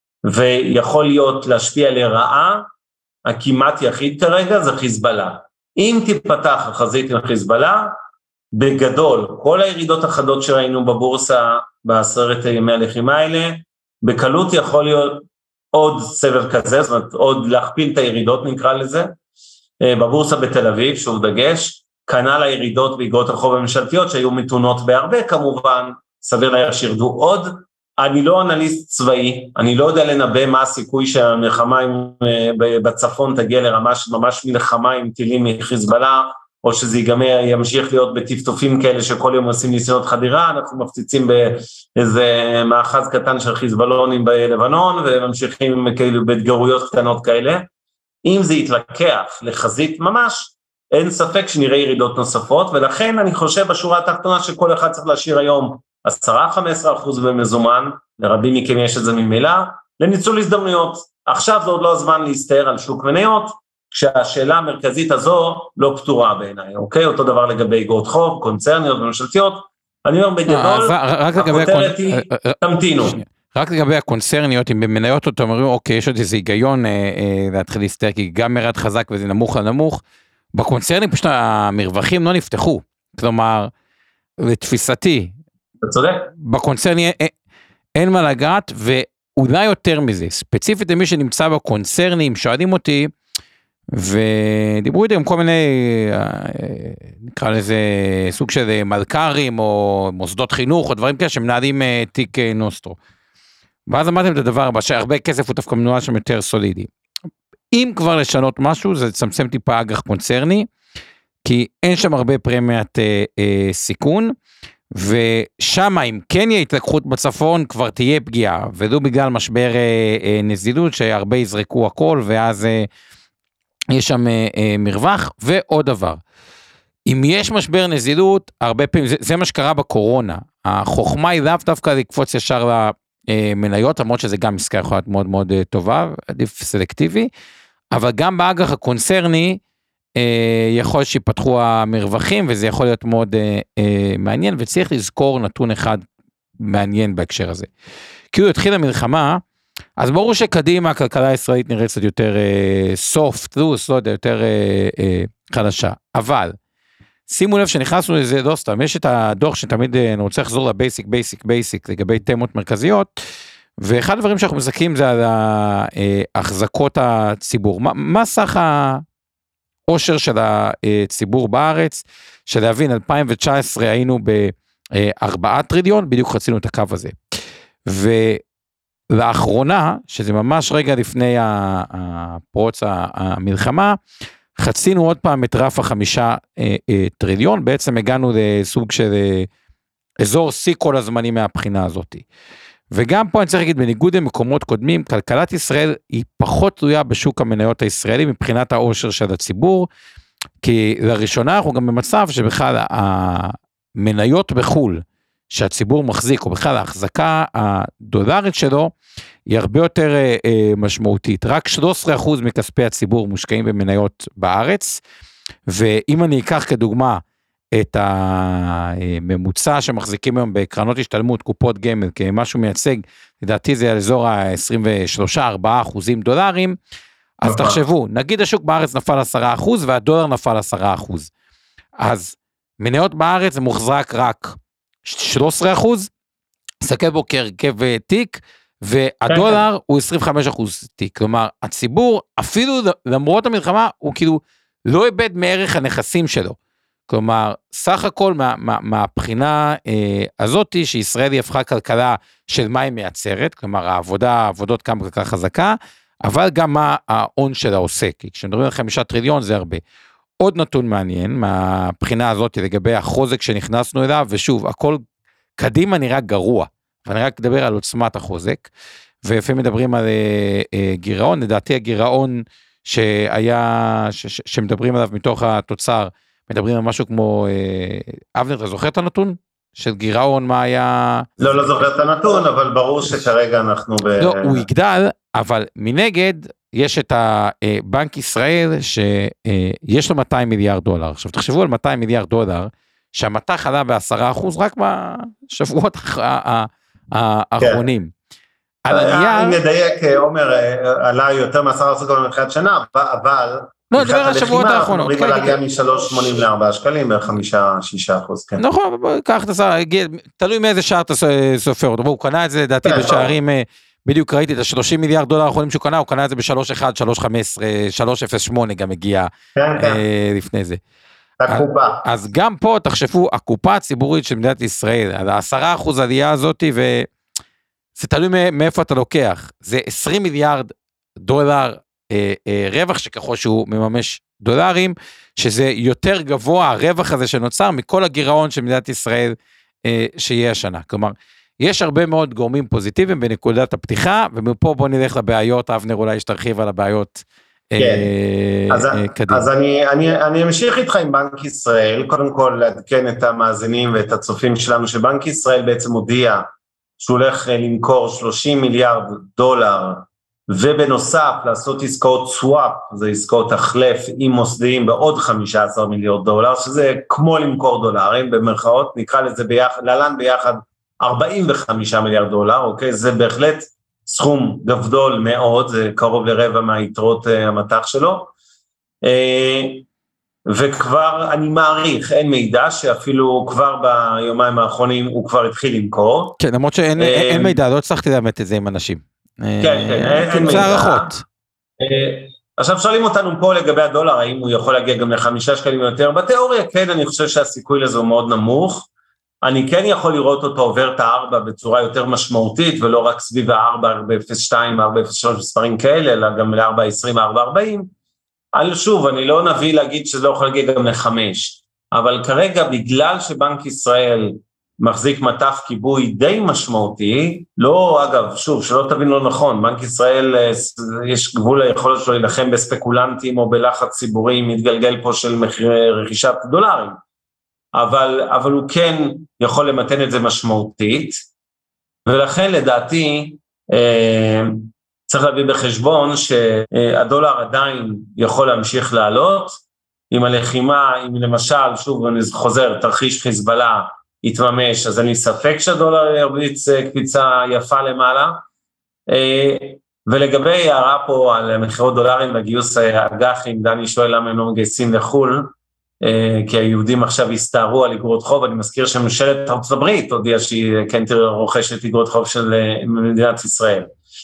Speaker 2: ויכול להיות להשפיע לרעה, הכמעט יחיד כרגע זה חיזבאללה. אם תפתח החזית עם חיזבאללה, בגדול, כל הירידות החדות שראינו בבורסה, בעשרת ימי הלחימה האלה, בקלות יכול להיות עוד סבב כזה, זאת אומרת, עוד להכפיל את הירידות נקרא לזה, בבורסה בתל אביב, שוב דגש, כנ"ל הירידות באגרות החוב הממשלתיות, שהיו מתונות בהרבה כמובן, סביר להניח שירדו עוד, אני לא אנליסט צבאי, אני לא יודע לנבא מה הסיכוי שהמלחמה בצפון תגיע לרמה של ממש מלחמה עם טילים מחיזבאללה, או שזה ייגמר, ימשיך להיות בטפטופים כאלה שכל יום עושים ניסיונות חדירה, אנחנו מפציצים באיזה מאחז קטן של חיזבאללונים בלבנון, וממשיכים כאילו בהתגרויות קטנות כאלה. אם זה יתלקח לחזית ממש, אין ספק שנראה ירידות נוספות, ולכן אני חושב בשורה התחתונה שכל אחד צריך להשאיר היום עשרה עד חמישה עשר אחוז במזומן, לרבים מכם יש את זה ממילא, לניצול הזדמנויות. עכשיו זה עוד לא הזמן להסתער על שוק מניות, כשהשאלה המרכזית הזו לא פתורה בעיניי, אוקיי? אותו דבר לגבי אגרות חוב, קונצרניות וממשלתיות, אני אומר בגדול, הכותרת היא, תמתינו.
Speaker 1: רק לגבי הקונצרניות, אם במניות אותו אומרים, אוקיי, יש עוד איזה היגיון אה, אה, להתחיל להסתער, כי גם מרד חזק וזה נמוך על נמוך, בקונצרנים פשוט המרווחים לא נפתחו, כלומר, לתפיסתי,
Speaker 2: צודק.
Speaker 1: בקונצרני אין, אין מה לגעת, ואולי יותר מזה, ספציפית למי שנמצא בקונצרנים, שואלים אותי, ודיברו איתי עם כל מיני, נקרא לזה סוג של מלכ"רים, או מוסדות חינוך, או דברים כאלה, שמנהלים תיק נוסטרו. ואז אמרתם את הדבר הבא, שהרבה כסף הוא דווקא מנוהל שם יותר סולידי. אם כבר לשנות משהו, זה לצמצם טיפה אג"ח קונצרני, כי אין שם הרבה פרמיית אה, אה, סיכון, ושם אם כן יהיה התלקחות בצפון, כבר תהיה פגיעה, וזו בגלל משבר אה, אה, נזילות, שהרבה יזרקו הכל, ואז אה, יש שם אה, אה, מרווח, ועוד דבר. אם יש משבר נזילות, הרבה פעמים, זה, זה מה שקרה בקורונה, החוכמה היא לאו דווקא לקפוץ ישר למניות, למרות שזה גם עסקה יכולה להיות מאוד מאוד טובה, עדיף סלקטיבי, אבל גם באג"ח הקונצרני, יכול שיפתחו המרווחים, וזה יכול להיות מאוד מעניין, וצריך לזכור נתון אחד מעניין בהקשר הזה. כאילו התחילה מלחמה, אז ברור שקדימה הכלכלה הישראלית נראית קצת יותר סופט, לא יודע, יותר חדשה, אבל שימו לב שנכנסנו לזה לא סתם, יש את הדוח שתמיד אני רוצה לחזור לבייסיק, בייסיק, בייסיק, לגבי תמות מרכזיות, ואחד הדברים שאנחנו מזכים זה על החזקות הציבור. מה, מה סך העושר של הציבור בארץ? שלהבין, אלפיים תשע עשרה היינו בארבעה טריליון, בדיוק חצינו את הקו הזה. ולאחרונה, שזה ממש רגע לפני הפרוץ המלחמה, חצינו עוד פעם את רף החמישה אה, אה, טריליון, בעצם הגענו לסוג של אה, אזור שיא כל הזמנים מהבחינה הזאת. וגם פה אני צריך להגיד, בניגוד למקומות קודמים, כלכלת ישראל היא פחות תלויה בשוק המניות הישראלי, מבחינת העושר של הציבור, כי לראשונה אנחנו גם במצב שבכלל המניות בחול, שהציבור מחזיק, או בכלל ההחזקה הדולרית שלו, היא הרבה יותר אה, אה, משמעותית. רק שלושה עשר אחוז מכספי הציבור מושקעים במניות בארץ, ואם אני אקח כדוגמה את הממוצע שמחזיקים היום בקרנות השתלמות, קופות גמל, כמשהו מייצג, לדעתי זה על אזור ה-עשרים ושלושה עד ארבעה אחוזים דולרים, אז תחשבו, נגיד השוק בארץ נפל עשרה אחוז, והדולר נפל עשרה אחוז. אז מניות בארץ זה מוחזק רק שלושה עשר אחוז, סתכל בו כהרכב תיק, והדולר הוא עשרים וחמישה אחוז תיק, כלומר, הציבור, אפילו למרות המלחמה, הוא כאילו לא איבד מערך הנכסים שלו, כלומר, סך הכל מה, מה, מהבחינה אה, הזאת, שישראל היא הפכה כלכלה של מה היא מייצרת, כלומר, העבודה, העבודות כאן בכלכלה חזקה, אבל גם מה ההון שלה עושה, כי כשמדברים על חמישה טריליון זה הרבה. עוד נתון מעניין, מהבחינה הזאת לגבי החוזק שנכנסנו אליו, ושוב, הכל קדימה נראה גרוע, ואני רק אדבר על עוצמת החוזק, ולפעמים מדברים על אה, אה, גירעון, לדעתי הגירעון שהיה, ש, ש, שמדברים עליו מתוך התוצר, מדברים על משהו כמו, אה, אבנר, אתה זוכר את הנתון? של גירעון, מה היה?
Speaker 2: לא, לא זוכר את הנתון, אבל ברור שכרגע אנחנו ב...
Speaker 1: לא, הוא יגדל, אבל מנגד, יש את הבנק ישראל, שיש לו מאתיים מיליארד דולר. עכשיו, תחשבו על מאתיים מיליארד דולר, שהמטח עלה בעשרה אחוז, רק בשבועות האחרונים.
Speaker 2: על הנייר... אם נדייק, עומר, עלה יותר מעשרה אחוז גם מבחינת שנה, אבל...
Speaker 1: לא, דבר על השבועות האחרונות.
Speaker 2: אנחנו מדברים על להגיע מ-שלוש שמונים לארבעה שקלים, ב-חמישה שישה אחוז, כן.
Speaker 1: נכון, קח את הסער, תלוי מאיזה שער אתה סופר אותו. הוא קנה את זה, לדעתי, בשערים... בדיוק ראיתי את ה-שלושים מיליארד דולר האחרונים שהוא קנה, הוא קנה את זה ב-שלוש אחת, שלוש חמש עשרה, שלוש אפס שמונה גם הגיע לפני זה.
Speaker 2: הקופה.
Speaker 1: אז גם פה תחשבו, הקופה הציבורית של מדינת ישראל, על ה-עשרה אחוז עלייה הזאת, וזה תלוי מאיפה אתה לוקח, זה עשרים מיליארד דולר רווח, שככל שהוא מממש דולרים, שזה יותר גבוה, הרווח הזה שנוצר, מכל הגירעון של מדינת ישראל שיהיה השנה. כלומר, יש הרבה מאוד גורמים פוזיטיביים בנקודת הפתיחה, ומפה בוא נלך לבעיות, אבנר אולי שתרחיב על הבעיות
Speaker 2: קדימה. אז אני אמשיך איתך עם בנק ישראל, קודם כל לעדכן את המאזינים ואת הצופים שלנו, שבנק ישראל בעצם הודיע, שהוא הולך למכור שלושים מיליארד דולר, ובנוסף לעשות עסקאות סוואפ, זה עסקאות החלף עם מוסדיים בעוד חמישה עשר מיליארד דולר, שזה כמו למכור דולרים, במרכאות נקרא לזה ביחד, ללן ביחד, ארבעים וחמישה מיליארד דולר, אוקיי? זה בהחלט סכום גדול מאוד, זה קרוב לרבע מהיתרות המתח שלו, וכבר אני מעריך, אין מידע שאפילו כבר ביומיים האחרונים הוא כבר התחיל למכור.
Speaker 1: כן, למרות שאין אין מידע, לא הצלחתי לאמת את זה עם אנשים.
Speaker 2: כן, כן, אין מידע.
Speaker 1: זה הערכות.
Speaker 2: עכשיו שואלים אותנו פה לגבי הדולר, האם הוא יכול להגיע גם לחמישה שקלים יותר? בתיאוריה כן, אני חושב שהסיכוי לזה הוא מאוד נמוך, אני כן יכול לראות אותו עובר את הארבע בצורה יותר משמעותית, ולא רק סביב הארבע, ארבע אפס שתיים, ארבע אפס שלוש מספרים כאלה, אלא גם לארבע עשרים, ארבע ארבעים. אבל שוב, אני לא נביא להגיד שזה לא יכול להגיע גם לחמש, אבל כרגע בגלל שבנק ישראל מחזיק מטף כיבוי די משמעותי, לא, אגב, שוב, שלא תבין לא נכון, בנק ישראל, יש גבול היכולת שלו להילחם בספקולנטים או בלחץ ציבורי מתגלגל פה של מחיר רכישת דולרים, אבל, אבל הוא כן יכול למתן את זה משמעותית, ולכן לדעתי אה, צריך להביא בחשבון שהדולר עדיין יכול להמשיך לעלות, אם הלחימה, אם למשל, שוב אני חוזר, תרחיש חיזבאללה יתממש, אז אני ספק שהדולר ירביץ קפיצה יפה למעלה, ולגבי הערה פה על מחירות דולרים והגיוס האג"חים, דני שואל למה הם לא מגייסים לחול, כי היהודים עכשיו הסתערו על אגרות חוב, אני מזכיר שממשלת ארצות הברית הודיעה שהיא כן רוכשת אגרות חוב של מדינת ישראל.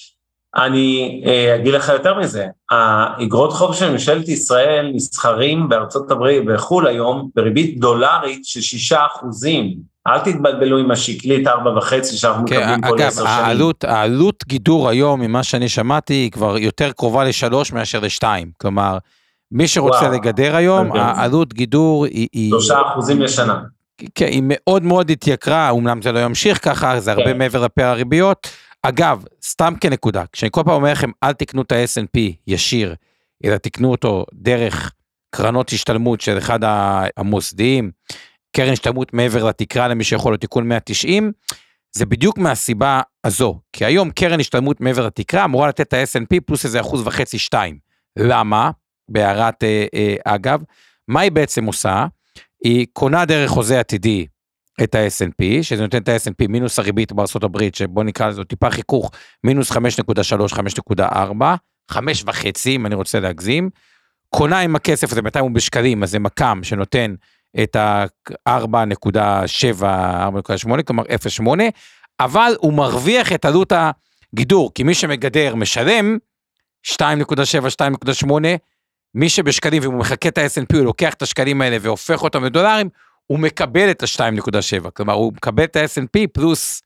Speaker 2: אני אגיד לך יותר מזה, האגרות חוב של ממשלת ישראל נסחרים בארצות הברית, בחול היום, בריבית דולרית של שישה אחוזים, אל תתבלבלו עם השקלית ארבע וחצי שאנחנו מקבלים פה לעשר שנים.
Speaker 1: העלות, העלות גידור היום, ממה שאני שמעתי, היא כבר יותר קרובה לשלוש מאשר לשתיים, כלומר, מי שרוצה לגדר היום, העלות גידור היא...
Speaker 2: שלושה אחוזים לשנה.
Speaker 1: כן, היא מאוד מאוד התייקרה, אומנם זה לא ימשיך ככה, זה הרבה מעבר לפער הריביות. אגב, סתם כנקודה, כשאני כל פעם אומר לכם, אל תקנו את ה-אס אנד פי ישיר, אלא תקנו אותו דרך קרנות השתלמות של אחד המוסדיים, קרן השתלמות מעבר לתקרה למי שיכול לו תיקון מאה ותשעים, זה בדיוק מהסיבה הזו, כי היום קרן השתלמות מעבר לתקרה, אמורה לתת את ה-אס אנד פי פלוס איזה אחוז וחצי שתיים. למה? בהערת אה, אה, אגב, מה היא בעצם עושה? היא קונה דרך חוזה עתידי את ה-אס אנד פי, שזה נותן את ה-אס אנד פי מינוס הריבית בארצות הברית, שבוא נקרא לזה טיפה חיכוך, מינוס חמש נקודה שלוש, חמש נקודה ארבע, חמש וחצי, אם אני רוצה להגזים, קונה עם הכסף הזה, מתי הוא בשקלים, אז זה מקם שנותן את ה-ארבע נקודה שבע, ארבע נקודה שמונה, כלומר אפס נקודה שמונה, אבל הוא מרוויח את עלות הגידור, כי מי שמגדר משלם, שתיים נקודה שבע, שתיים נקודה שמונה, מי שבשקלים, והוא מחכה את ה-אס אנד פי, הוא לוקח את השקלים האלה, והופך אותם לדולרים, הוא מקבל את ה-שתיים נקודה שבע, כלומר, הוא מקבל את ה-אס אנד פי, פלוס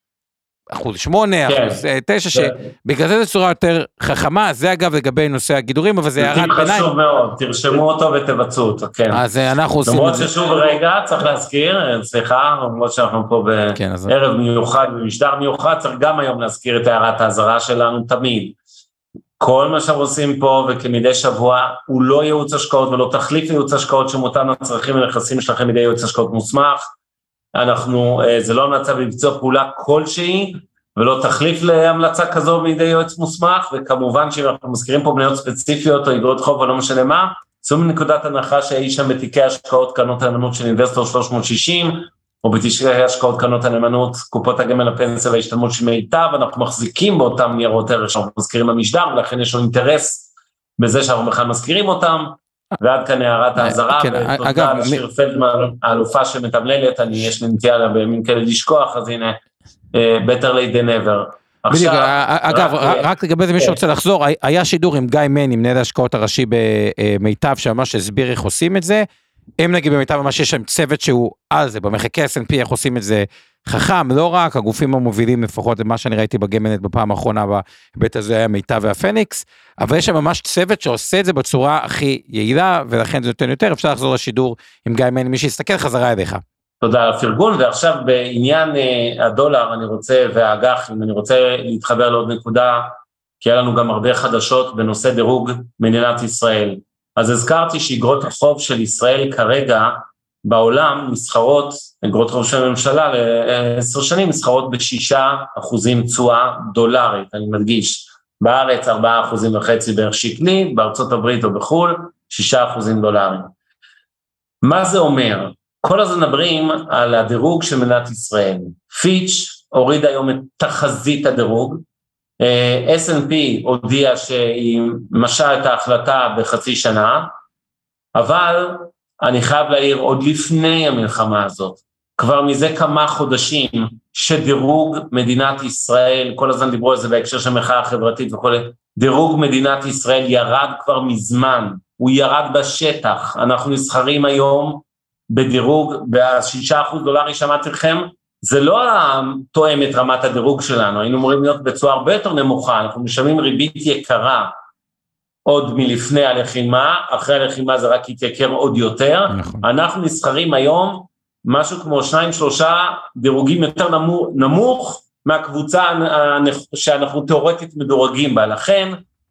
Speaker 1: אחוז שמונה, אחוז תשע, שבגלל זה זו צורה יותר חכמה, זה אגב לגבי נושא הגידורים, אבל זה הערת ביניים.
Speaker 2: זה חשוב מאוד, תרשמו אותו ותבצעו אותו, כן.
Speaker 1: אז אנחנו עושים...
Speaker 2: למרות ששוב רגע, צריך להזכיר, סליחה, למרות שאנחנו פה בערב מיוחד, במשדר מיוחד, צריך גם היום להזכיר את הערת ההזרה שלנו תמיד. כל מה שאנחנו עושים פה, וכמדי שבוע, הוא לא ייעוץ השקעות, ולא תחליף ייעוץ השקעות, שמותן הצרכים ונכסים שלכם מדי ייעוץ השקעות מוסמך, אנחנו, זה לא המלצה בביצוע פעולה כלשהי, ולא תחליף להמלצה כזו מדי יועץ מוסמך, וכמובן שאנחנו מזכירים פה בניות ספציפיות, או אגרות חוב, או לא משנה מה, זו מנקודת הנחה שהיא שם בתיקי השקעות קרנות הנאמנות של אינבסטור שלוש מאות שישים, או בתיקי השקעות קרנות הנאמנות, קופות הגמל הפנסיה וההשתלמות של מיטב, אנחנו מחזיקים באותם ניירות ערך שאנחנו מזכירים במשדר, ולכן יש לו אינטרס בזה שאנחנו בכלל מזכירים אותם, ועד כאן הערת ההזרה, ותודה לשיר פלדמן, האלופה שמתמללת, אני יש לי נטייה לה בימים כאלה לשכוח, אז הנה, better late than never.
Speaker 1: אגב, רק לגבי זה מי שרוצה לחזור, היה שידור עם גיא מן, עם מנהל ההשקעות הראשי במיטב, שממש הסביר איך עושים את זה, הם נגיד במיטב ממש יש שם צוות שהוא על זה, במחקי אס אנד פי איך עושים את זה חכם, לא רק הגופים המובילים, לפחות למה שאני ראיתי בגמלנט בפעם האחרונה, בבית הזה היה מיטב והפניקס, אבל יש שם ממש צוות שעושה את זה בצורה הכי יעילה, ולכן זה נותן יותר, אפשר לחזור לשידור עם גיא מן, מי שיסתכל חזרה אליך.
Speaker 2: תודה על הפרגון, ועכשיו בעניין הדולר אני רוצה, והאג"ח, אם אני רוצה להתחבר לעוד נקודה, כי היה לנו גם הרבה חדשות בנושא דירוג מדינת ישראל. אז הזכרתי שאגרות החוב של ישראל כרגע בעולם נסחרות, אגרות חוב של הממשלה לעשר שנים נסחרות בשישה אחוזים תשואה דולרית, אני מדגיש, בארץ ארבעה אחוזים וחצי בערך שקלי, בארצות הברית או בחול, שישה אחוזים דולריים. מה זה אומר? כל הזמן מדברים על הדירוג של מדינת ישראל. פיץ' הוריד היום את תחזית הדירוג, אס אנד פי הודיע שהיא משעה את ההחלטה בחצי שנה, אבל אני חייב להעיר עוד לפני המלחמה הזאת, כבר מזה כמה חודשים שדירוג מדינת ישראל, כל הזמן דיברו על זה בהקשר של מחאה החברתית וכל, דירוג מדינת ישראל ירד כבר מזמן, הוא ירד בשטח, אנחנו נסחרים היום בדירוג, בשישה אחוז דולרי שמעתי לכם, זה לא תואם את רמת הדירוג שלנו, היינו אמורים להיות בצורה הרבה יותר נמוכה, אנחנו משלמים ריבית יקרה עוד מלפני הלחימה, אחרי הלחימה זה רק יתייקר עוד יותר, נכון. אנחנו נסחרים היום משהו כמו שניים שלושה דירוגים יותר נמוך, נמוך מהקבוצה שאנחנו תיאורטית מדורגים בה, לכן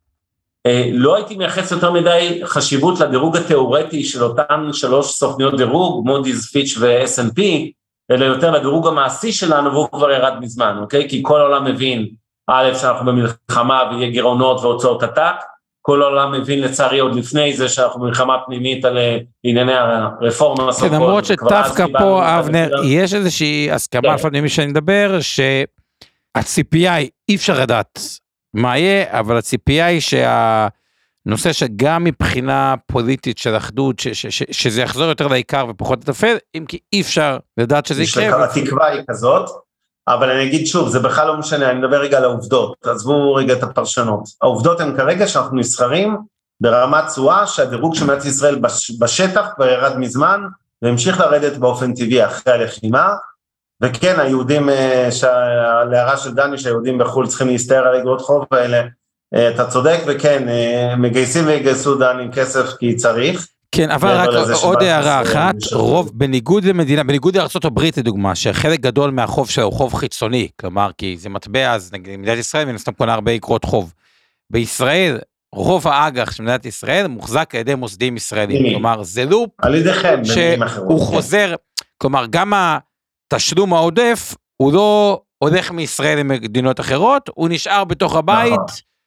Speaker 2: לא הייתי מייחס יותר מדי חשיבות לדירוג התיאורטי של אותן שלוש סוכניות דירוג, מודי'ס, פיץ' ו-אס אנד פי, אלא יותר לדירוג המעשי שלנו, והוא כבר ירד מזמן, אוקיי? כי כל העולם מבין, א', שאנחנו במלחמה ויהיה גירעונות והוצאות עתק, כל העולם מבין לצערי עוד לפני זה שאנחנו במלחמה פנימית על ענייני הרפורמה.
Speaker 1: כן, למרות שדווקא פה, אבנר, יש איזושהי הסכמה, לפעמים מי שאני מדבר, שהציפייה היא, אי אפשר לדעת מה יהיה, אבל הציפייה היא שהנושא שגם מבחינה פוליטית של אחדות, שזה יחזור יותר לעיקר ופחות לטפל, אם כי אי אפשר לדעת שזה יקרה.
Speaker 2: התקווה היא כזאת, אבל אני אגיד שוב, זה בכלל לא משנה, אני מדבר רגע על העובדות, עזבו רגע את הפרשנות. העובדות הן כרגע שאנחנו נסחרים ברמת צועה, שהדירוג של מדינת ישראל בשטח כבר ירד מזמן, והמשיך לרדת באופן טבעי אחרי הלחימה, וכן, היהודים, להערה של דני, שהיהודים בחו"ל צריכים להסתער על אגרות חוב האלה, אתה צודק, וכן, מגייסים ויגייסו דני כסף כי צריך,
Speaker 1: כן, אבל רק עוד הערה אחת, רוב, בניגוד למדינה, בניגוד לארצות הברית לדוגמה, שחלק גדול מהחוב שלו הוא חוב חיצוני, כלומר, כי זה מטבע, אז נגיד, מדינת ישראל, ונסתם קונה הרבה יקרות חוב. בישראל, רוב האג"ח של מדינת ישראל מוחזק על ידי מוסדים ישראלים, כלומר, זה לופ, שהוא חוזר, כלומר, גם התשלום העודף, הוא לא הולך מישראל למדינות אחרות, הוא נשאר בתוך הבית,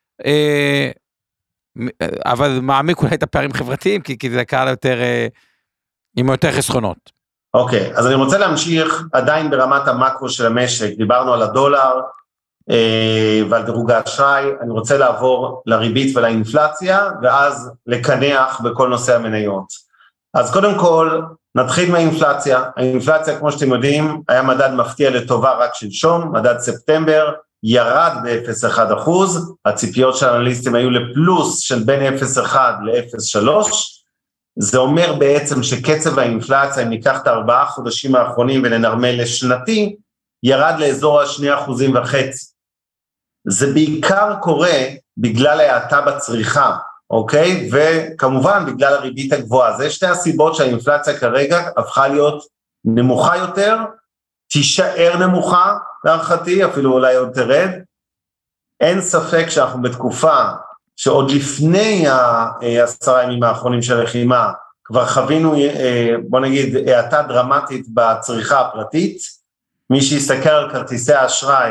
Speaker 1: אבל מעמיק אולי את הפערים חברתיים, כי, כי זה קהל יותר, עם יותר חסכונות.
Speaker 2: אוקיי, אז אני רוצה להמשיך עדיין ברמת המקרו של המשק, דיברנו על הדולר, אה, ועל דירוג האשראי, אני רוצה לעבור לריבית ולאינפלציה, ואז לקנח בכל נושא המניות. אז קודם כל, נתחיל מהאינפלציה, האינפלציה כמו שאתם יודעים, היה מדד מפתיע לטובה רק שלשום, מדד ספטמבר, ירד ב-אפס נקודה אחת אחוז, הציפיות של האנליסטים היו לפלוס של בין אפס נקודה אחת ל-אפס נקודה שלוש, זה אומר בעצם שקצב האינפלציה, אם ניקח את הארבעה חודשים האחרונים וננרמל לשנתי, ירד לאזור השני אחוזים וחצי. זה בעיקר קורה בגלל ההאטה בצריכה, אוקיי? וכמובן בגלל הריבית הגבוהה. זה שתי הסיבות שהאינפלציה כרגע הפכה להיות נמוכה יותר, תישאר נמוכה, להערכתי, אפילו אולי עוד תרד. אין ספק שאנחנו בתקופה שעוד לפני העשרה ימים האחרונים של הלחימה, כבר חווינו, בוא נגיד, האטה דרמטית בצריכה הפרטית. מי שיסתכל על כרטיסי האשראי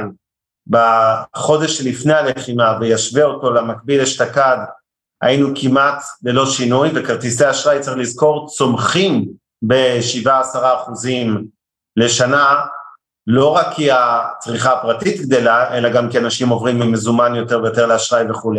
Speaker 2: בחודש שלפני הלחימה וישווה אותו למקביל אשתקד, היינו כמעט ללא שינוי, וכרטיסי האשראי צריך לזכור צומחים ב-שבעה עשר אחוזים לשנה, לא רק כי הצריכה הפרטית גדלה, אלא גם כי אנשים עוברים ממזומן יותר ויותר לאשראי וכו'.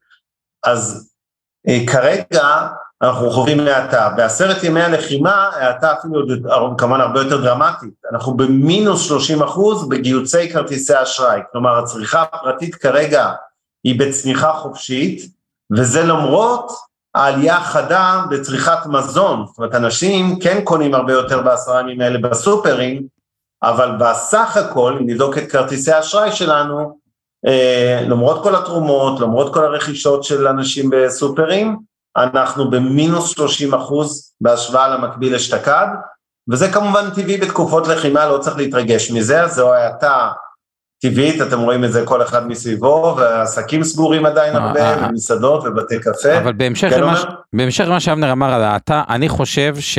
Speaker 2: אז אה, כרגע אנחנו חווים האטה, בעשרת ימי הלחימה, האטה אפילו כמובן הרבה יותר דרמטית, אנחנו במינוס שלושים אחוז בגיוצי כרטיסי האשראי, כלומר הצריכה הפרטית כרגע היא בצניחה חופשית, וזה למרות העלייה חדה בצריכת מזון, זאת אומרת אנשים כן קונים הרבה יותר בעשרה ימים האלה בסופרים, אבל בסך הכל, אם נבדוק את כרטיסי האשראי שלנו, אה, למרות כל התרומות, למרות כל הרכישות של אנשים בסופרים, אנחנו במינוס שלושים אחוז בהשוואה למקביל אשתקד, וזה כמובן טבעי בתקופות לחימה, לא צריך להתרגש מזה, זו הייתה טבעית, אתם רואים את זה כל אחד מסביבו, והעסקים סגורים עדיין הרבה, ומסעדות ובתי קפה.
Speaker 1: אבל בהמשך למה שאבנר אמר על ההאטה, אני חושב ש...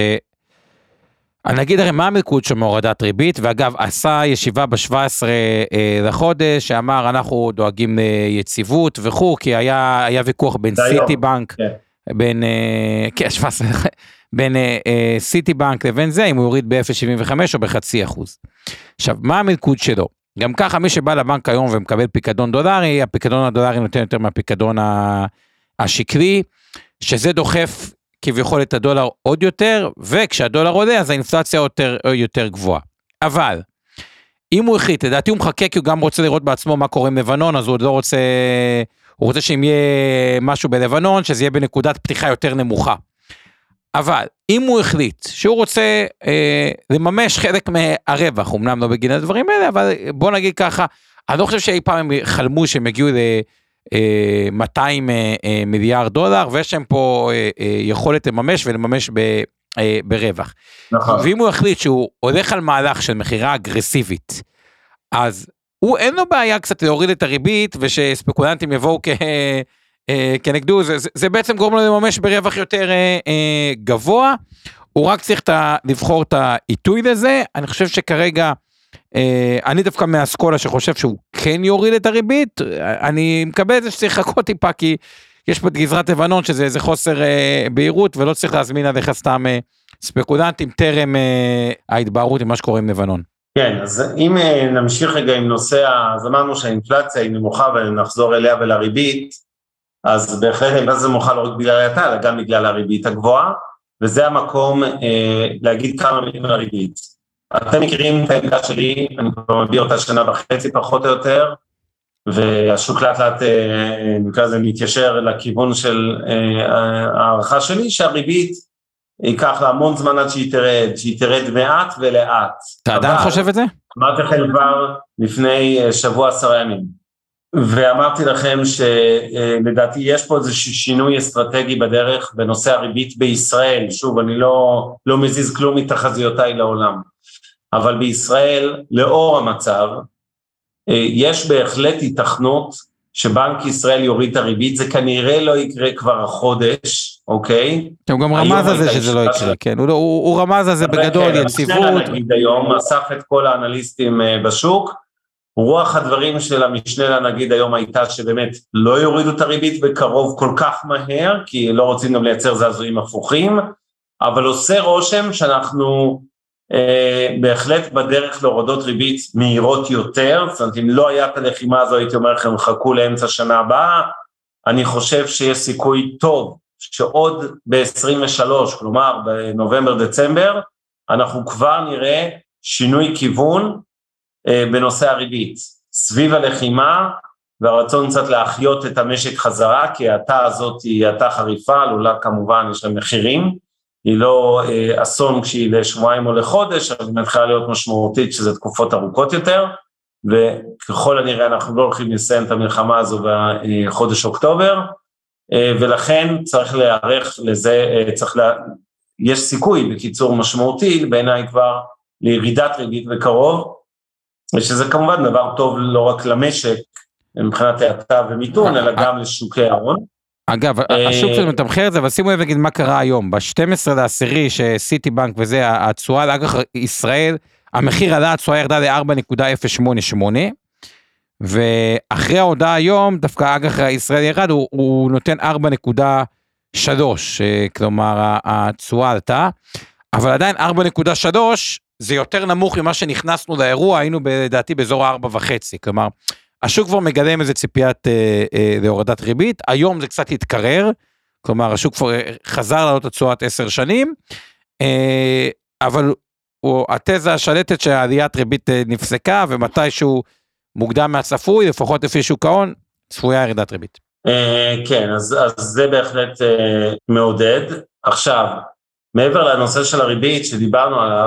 Speaker 1: אני אגיד הרי מה המלכוד של מהורדת ריבית, ואגב עשה ישיבה ב-שבעה עשר לחודש, שאמר אנחנו דואגים ליציבות וכו', כי היה, היה ויכוח בין סיטי בנק, בין, כן, שבע עשרה, בין סיטי בנק לבין זה, אם הוא יוריד ב-אפס נקודה שבעים וחמש או בחצי אחוז. עכשיו, מה המלכוד שלו? גם ככה מי שבא לבנק היום ומקבל פיקדון דולרי, הפיקדון הדולרי נותן יותר מהפיקדון השקלי, שזה דוחף כביכול את הדולר עוד יותר, וכשהדולר עולה, אז האינפלציה יותר, יותר גבוהה. אבל, אם הוא החליט, לדעתי הוא מחכה, כי הוא גם רוצה לראות בעצמו מה קורה עם לבנון, אז הוא עוד לא רוצה, הוא רוצה שאם יהיה משהו בלבנון, שזה יהיה בנקודת פתיחה יותר נמוכה. אבל, אם הוא החליט שהוא רוצה אה, לממש חלק מהרווח, אמנם לא בגין הדברים האלה, אבל בוא נגיד ככה, אני לא חושב שאי פעם הם חלמו שהם הגיעו ל... מאתיים מיליארד דולר, ויש להם פה יכולת לממש ולממש ברווח. נכון. ואם הוא החליט שהוא הולך על מהלך של מחירה אגרסיבית, אז הוא אין לו בעיה קצת להוריד את הריבית, ושספקולנטים יבואו כ... כנגדו, זה, זה בעצם גורם לו לממש ברווח יותר גבוה, הוא רק צריך לבחור את העיתוי לזה. אני חושב שכרגע, אני דווקא מהאסכולה שחושב שהוא כן יוריד את הריבית, אני מקבל את זה שצריך לחכות טיפה, כי, יש פה את גזרת לבנון, שזה איזה חוסר אה, בהירות, ולא צריך להזמין עד איך סתם אה, ספקולנטים, טרם אה, ההתבהרות עם מה שקורה עם לבנון.
Speaker 2: כן, אז אם אה, נמשיך רגע עם נושא, אז אמרנו שהאינפלציה היא נמוכה, ונחזור אליה ולריבית, אז בהחלט האינפלציה נמוכה לא רק בגלל ההאטה, אלא גם בגלל הריבית הגבוהה, וזה המקום אה, להגיד כמה מילים על הריבית. אתם מכירים את העמדה שלי, אני כבר מביא אותה שנה וחצי פחות או יותר, והשוק לאט לאט נקרא זה מתיישר לכיוון של הערכה שלי, שהריבית ייקח לה המון זמן עד שהיא תרד, שהיא תרד מעט ולאט.
Speaker 1: אתה עדיין חושב את זה?
Speaker 2: אמרתי לכם כבר לפני שבוע עשרה ימים, ואמרתי לכם שלדעתי יש פה איזה שינוי אסטרטגי בדרך בנושא הריבית בישראל, שוב אני לא, לא מזיז כלום מתחזיותיי לעולם, אבל בישראל לאור המצב, יש בהחלט התכנות שבנק ישראל יוריד את הריבית, זה כנראה לא יקרה כבר החודש, אוקיי?
Speaker 1: הוא גם רמז על זה שזה לא יקרה, כן, הוא, הוא, הוא רמז על זה בגדול, יציבות.
Speaker 2: המשנה לנגיד היום, אסף את כל האנליסטים בשוק, רוח הדברים של המשנה לנגיד היום הייתה שבאמת לא יורידו את הריבית בקרוב כל כך מהר, כי לא רוצים גם לייצר זעזועים הפוכים, אבל עושה רושם שאנחנו Uh, בהחלט בדרך להורדות ריבית מהירות יותר, זאת אומרת אם לא היה את הלחימה הזו הייתי אומר לכם חכו לאמצע שנה הבאה, אני חושב שיש סיכוי טוב שעוד ב-עשרים ושלוש, כלומר בנובמבר דצמבר, אנחנו כבר נראה שינוי כיוון uh, בנושא הריבית, סביב הלחימה והרצון קצת להחיות את המשק חזרה, כי ההאטה הזאת היא האטה חריפה, עלולה כמובן יש לה מחירים, היא לא אה, אסון כשהיא לשבועיים או לחודש, אבל היא מתחילה להיות משמעותית שזה תקופות ארוכות יותר, וככל הנראה אנחנו לא הולכים לסיים את המלחמה הזו בחודש אוקטובר, אה, ולכן צריך להיערך לזה, אה, צריך לה... יש סיכוי בקיצור משמעותי, בעיניי כבר לירידת ריבית בקרוב, ושזה כמובן דבר טוב לא רק למשק, מבחינת האטה ומיתון, אלא גם לשוקי ההון.
Speaker 1: אגב, השוק קצת מתמחר את זה, אבל שימו לב להגיד מה קרה היום, ב-שנים עשר לעשירי שסיטי בנק וזה, התשואה לאג"ח ישראל, המחיר עלה, התשואה ירדה ל-ארבע נקודה אפס שמונה שמונה, ואחרי ההודעה היום, דווקא אג"ח ישראל ירד, הוא, הוא נותן ארבע נקודה שלוש, כלומר התשואה עלתה, אבל עדיין ארבע נקודה שלוש, זה יותר נמוך ממה שנכנסנו לאירוע, היינו לדעתי באזור ארבע וחצי, כלומר, השוק כבר מגלם איזה ציפיית אה, אה, להורדת ריבית, היום זה קצת התקרר, כלומר השוק כבר חזר לעלות התשואת עשר שנים, אה, אבל הוא, התזה השלטת שהעליית ריבית אה, נפסקה, ומתישהו מוקדם מהצפוי, לפחות לפי שוק ההון, צפויה ירידת ריבית.
Speaker 2: אה, כן, אז, אז זה בהחלט אה, מעודד. עכשיו, מעבר לנושא של הריבית שדיברנו עליו,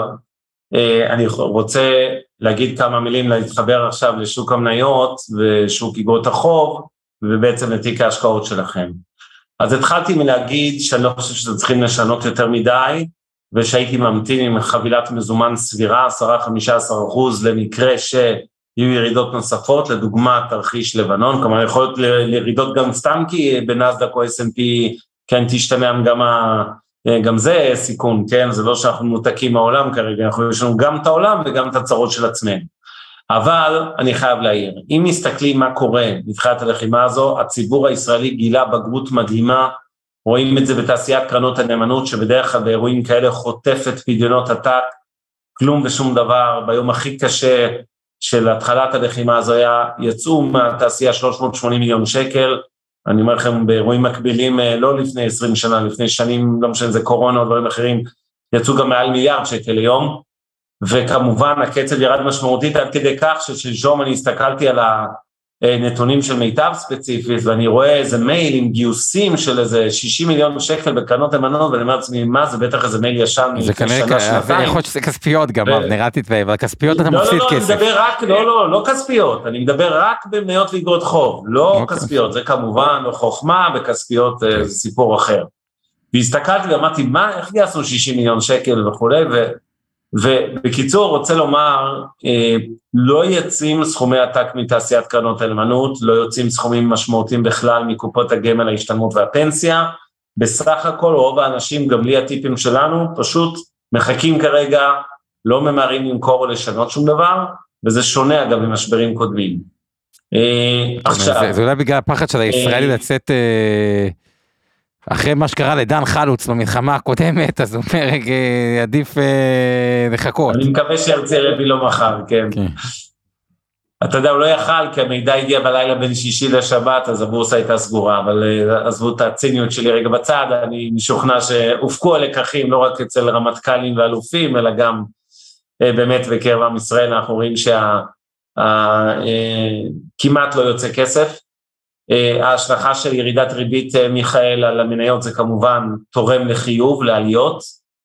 Speaker 2: אני רוצה להגיד כמה מילים להתחבר עכשיו לשוק המניות ושוק איגרות החוב ובעצם לתיק ההשקעות שלכם. אז התחלתי מלהגיד שאני לא חושב שאתם צריכים לשנות יותר מדי ושהייתי ממתין עם חבילת מזומן סבירה עשרה עד חמישה עשר אחוז למקרה שיהיו ירידות נוספות, לדוגמה תרחיש לבנון, כלומר יכול להיות לירידות גם סתם כי בנאסד"ק או אס אנד פי כן תשתמע גם ה... גם זה סיכון, כן? זה לא שאנחנו מותקים מהעולם כרגע, אנחנו יש לנו גם את העולם וגם את הצרות של עצמנו. אבל אני חייב להעיר, אם מסתכלים מה קורה מתחילת הלחימה הזו, הציבור הישראלי גילה בגרות מדהימה, רואים את זה בתעשיית קרנות הנאמנות, שבדרך כלל באירועים כאלה חוטפת פדיונות עתק, כלום ושום דבר, ביום הכי קשה של התחלת הלחימה הזו היה, יצאו מהתעשייה שלוש מאות ושמונים מיליון שקל, אני אומר לכם, באירועים מקבילים, לא לפני עשרים שנה, לפני שנים, לא משנה, זה קורונה או דברים אחרים, יצאו גם מעל מיליארד שקל ליום, וכמובן הקצב ירד משמעותית עד כדי כך, ששלשום אני הסתכלתי על הנתונים של מיטב ספציפית, ואני רואה איזה מייל עם גיוסים של איזה שישים מיליון שקל בקרנות נאמנות, ואני אומר לעצמי, מה זה בטח איזה מייל ישן,
Speaker 1: זה כנראה, יכול להיות שזה כספיות גם, נראיתי תווה, אבל כספיות אתה מפסיד כסף.
Speaker 2: לא, לא, אני מדבר רק, לא, לא, לא כספיות, אני מדבר רק במניות ואיגרות חוב, לא כספיות, זה כמובן חוכמה, בכספיות זה סיפור אחר. והסתכלתי ואמרתי, מה, איך גייסנו שישים מיליון שקל וכולי, ובקיצור רוצה לומר, לא יוצאים סכומי עתק מתעשיית קרנות הנאמנות, לא יוצאים סכומים משמעותיים בכלל מקופות הגמל, ההשתלמות והפנסיה, בסך הכל רוב האנשים, גם בלי הטיפים שלנו, פשוט מחכים כרגע, לא ממהרים למכור או לשנות שום דבר, וזה שונה אגב ממשברים קודמים. עכשיו.
Speaker 1: זה אולי בגלל הפחד של הישראלי לצאת, אחרי מה שקרה לדן חלוץ במלחמה הקודמת, אז הוא אומר, עדיף לחכות.
Speaker 2: אני מקווה שירצה רבי לא מחר, כן. אתה יודע, הוא לא יכל, כי המידע הגיע בלילה בין שישי לשבת, אז הבורסה הייתה סגורה, אבל עזבו את הציניות שלי רגע בצד, אני משוכנע שהופקו הלקחים, לא רק אצל רמטכ"לים ואלופים, אלא גם באמת בקרב עם ישראל, אנחנו רואים שה... כמעט לא יוצא כסף, ההשלכה של ירידת ריבית מיכאל על המניות זה כמובן תורם לחיוב, לעליות,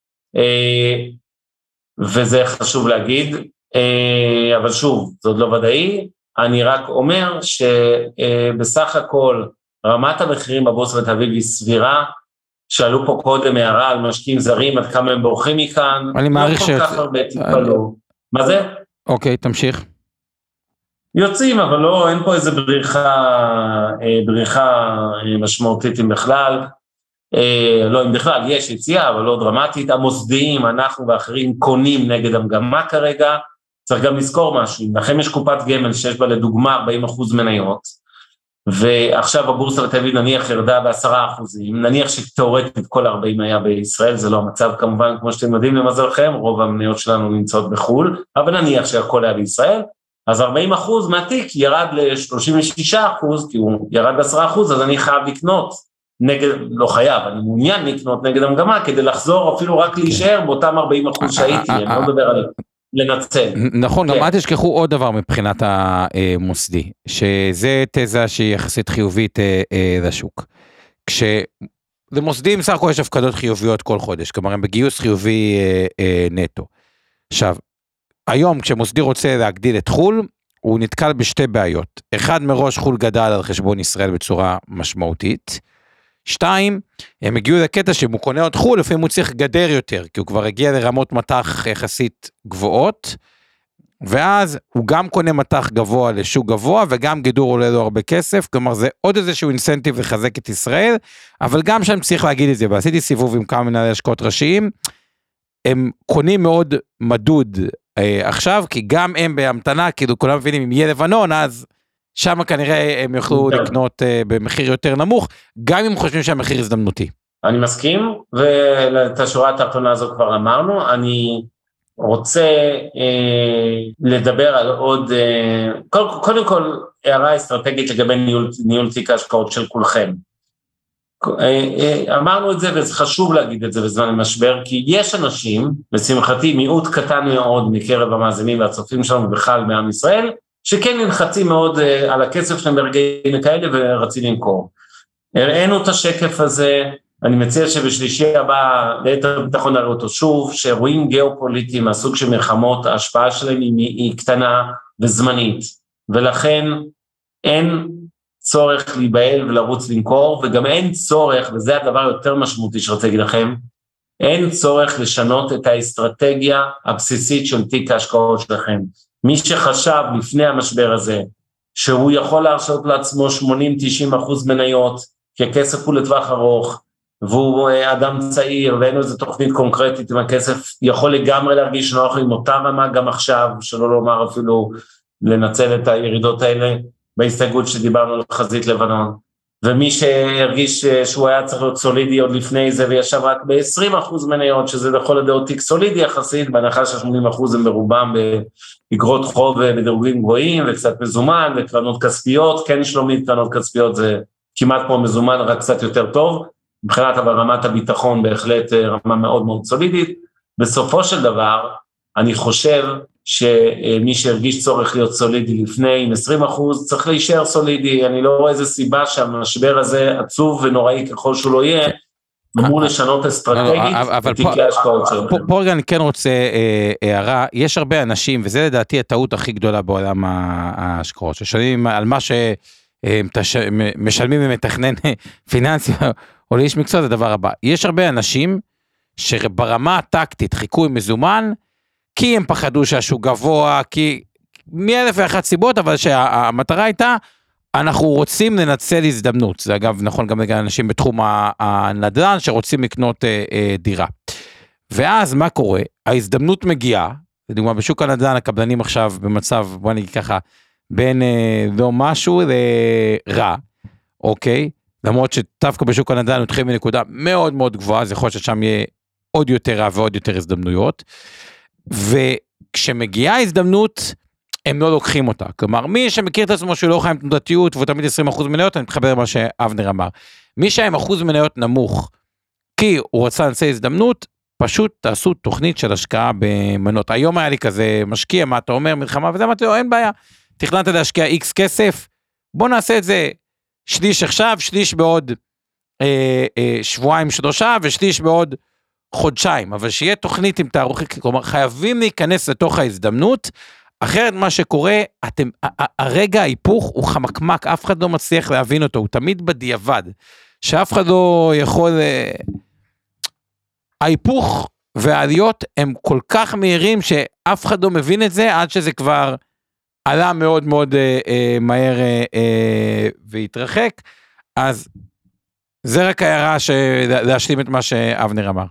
Speaker 2: וזה חשוב להגיד, אבל שוב, זה עוד לא ודאי, אני רק אומר שבסך הכל רמת המחירים בבורסה בתל אביב היא סבירה, שאלו פה קודם הערה על משקיעים זרים, עד כמה הם בורחים מכאן,
Speaker 1: אני מעריך ש...
Speaker 2: לא כל כך הרבה תתפלו. מה זה?
Speaker 1: אוקיי, תמשיך.
Speaker 2: יוצאים, אבל לא, אין פה איזה בריחה, בריחה משמעותית אם בכלל, לא אם בכלל, יש יציאה, אבל לא דרמטית, המוסדיים, אנחנו ואחרים קונים נגד המגמה כרגע, צריך גם לזכור משהו, לכם יש קופת גמל שיש בה לדוגמה ארבעים אחוז מניות, ועכשיו הבורסה בתל אביב נניח ירדה בעשרה אחוזים, נניח שתיאורטית כל ארבעים היה בישראל, זה לא המצב כמובן, כמו שאתם יודעים למזלכם, רוב המניות שלנו נמצאות בחול, אבל נניח שהכל היה בישראל, אז ארבעים אחוז מהתיק ירד ל-שלושים ושישה אחוז, כי הוא ירד ב-עשרה אחוז, אז אני חייב לקנות, נגד, לא חייב, אני מעוניין לקנות נגד המגמה, כדי לחזור אפילו רק להישאר באותם ארבעים אחוז שהייתי, אני לא מדבר על לנצל.
Speaker 1: נכון, גם אל תשכחו עוד דבר מבחינת המוסדי, שזה תזה שהיא יחסית חיובית לשוק. כשלמוסדים סך הכל יש הפקדות חיוביות כל חודש, כלומר הם בגיוס חיובי נטו. עכשיו, היום כשמוסדי רוצה להגדיל את חול, הוא נתקל בשתי בעיות. אחד, מראש חול גדל על חשבון ישראל בצורה משמעותית. שתיים, הם הגיעו לקטע שאם הוא קונה עוד חול, לפעמים הוא צריך גדר יותר, כי הוא כבר הגיע לרמות מתח יחסית גבוהות, ואז הוא גם קונה מתח גבוה לשוק גבוה, וגם גידור עולה לו הרבה כסף, כלומר זה עוד איזשהו אינסנטיב לחזק את ישראל, אבל גם שם צריך להגיד את זה, ועשיתי סיבוב עם כמה מנהלי השקעות ראשיים, הם קונים מאוד מדוד אה, עכשיו, כי גם הם בהמתנה, כאילו כולם מבינים, אם יהיה לבנון, אז שם כנראה הם יוכלו לקנות אה, במחיר יותר נמוך, גם אם חושבים שהמחיר הזדמנותי.
Speaker 2: אני מסכים, ואת השורה התחתונה הזו כבר אמרנו, אני רוצה אה, לדבר על עוד, אה, קודם, קודם כל, הערה אסטרטגית לגבי ניהול, ניהול תיק ההשקעות של כולכם. אמרנו את זה, וזה חשוב להגיד את זה בזמן המשבר, כי יש אנשים, לשמחתי מיעוט קטן מאוד מקרב המאזינים והצופים שלנו בכלל מעם ישראל, שכן נלחצים מאוד על הכסף שלהם ברגעים כאלה ורצים למכור. הראינו את השקף הזה, אני מציע שבשלישי הבא, ליתר ביטחון נראה אותו שוב, שאירועים גיאופוליטיים מהסוג של מלחמות, ההשפעה שלהם היא, היא קטנה וזמנית, ולכן אין צורך להיבהל ולרוץ למכור, וגם אין צורך, וזה הדבר יותר משמעותי שרוצה להגיד לכם, אין צורך לשנות את האסטרטגיה הבסיסית של תיק ההשקעות שלכם. מי שחשב לפני המשבר הזה, שהוא יכול להרשות לעצמו שמונים תשעים אחוז מניות, כי הכסף הוא לטווח ארוך, והוא אדם צעיר, ואין לו איזו תוכנית קונקרטית עם הכסף, יכול לגמרי להרגיש נוח עם אותה רמה גם עכשיו, שלא לומר אפילו לנצל את הירידות האלה, בהסתייגות שדיברנו על חזית לבנון, ומי שהרגיש שהוא היה צריך להיות סולידי עוד לפני זה, וישב רק ב-עשרים אחוז מניות, שזה לכל הדעות תיק סולידי יחסית, בהנחה ש-שמונים אחוז הם ברובם באגרות חוב בדירוגים גבוהים, וקצת מזומן, וקרנות כספיות, כן שלומית קרנות כספיות זה כמעט כמו מזומן, רק קצת יותר טוב, מבחינת אבל רמת הביטחון בהחלט רמה מאוד מאוד סולידית. בסופו של דבר, אני חושב שמי שהרגיש צורך להיות סולידי לפני עם עשרים אחוז, צריך להישאר סולידי, אני לא רואה איזה סיבה שהמשבר הזה עצוב ונוראי ככל שהוא לא יהיה, אמור לשנות אסטרטגית ותיקי ההשקעות שלנו.
Speaker 1: פה רגע אני כן רוצה הערה, יש הרבה אנשים, וזה לדעתי הטעות הכי גדולה בעולם ההשקעות, ששונים על מה שמשלמים ומתכנן פיננסי, או לאיש מקצוע, זה הדבר הבא. יש הרבה אנשים שברמה הטקטית חיכו עם מזומן, כי הם פחדו שהשוק גבוה, כי מאלף ואחת סיבות, אבל שהמטרה הייתה, אנחנו רוצים לנצל הזדמנות, זה אגב נכון גם לגבי אנשים בתחום הנדל"ן, שרוצים לקנות אה, אה, דירה. ואז מה קורה? ההזדמנות מגיעה, לדוגמה בשוק הנדל"ן, הקבלנים עכשיו במצב, בוא נגיד ככה, בין לא משהו לרע, אוקיי? למרות שדווקא בשוק הנדל"ן הוא התחיל מנקודה מאוד מאוד גבוהה, זה יכול להיות ששם יהיה עוד יותר רע ועוד יותר הזדמנויות, וכשמגיעה הזדמנות, הם לא לוקחים אותה. כלומר, מי שמכיר את עצמו שהוא לא חיים תנודתיות, והוא תמיד עשרים אחוז מניות, אני מתחבר למה שאבנר אמר. מי שהיה אחוז מניות נמוך, כי הוא רוצה לנצל הזדמנות, פשוט תעשו תוכנית של השקעה במנות. היום היה לי כזה משקיע, מה אתה אומר, מלחמה וזה, מה אתה אומר, אין בעיה. תכננת להשקיע איקס כסף, בוא נעשה את זה שליש עכשיו, שליש בעוד אה, אה, שבועיים שלושה, ושליש בעוד חודשיים. אבל שיהיה תוכנית עם תארוכת, כלומר, חייבים להיכנס לתוך ההזדמנות, אחרת מה שקורה, אתם, הרגע ההיפוך הוא חמקמק, אף אחד לא מצליח להבין אותו, הוא תמיד בדיעבד, שאף אחד לא יכול, ההיפוך והעליות הם כל כך מהירים, שאף אחד לא מבין את זה, עד שזה כבר עלה מאוד מאוד אה, אה, מהר אה, אה, והתרחק, אז זה רק הערה להשלים את מה שאבנר אמר.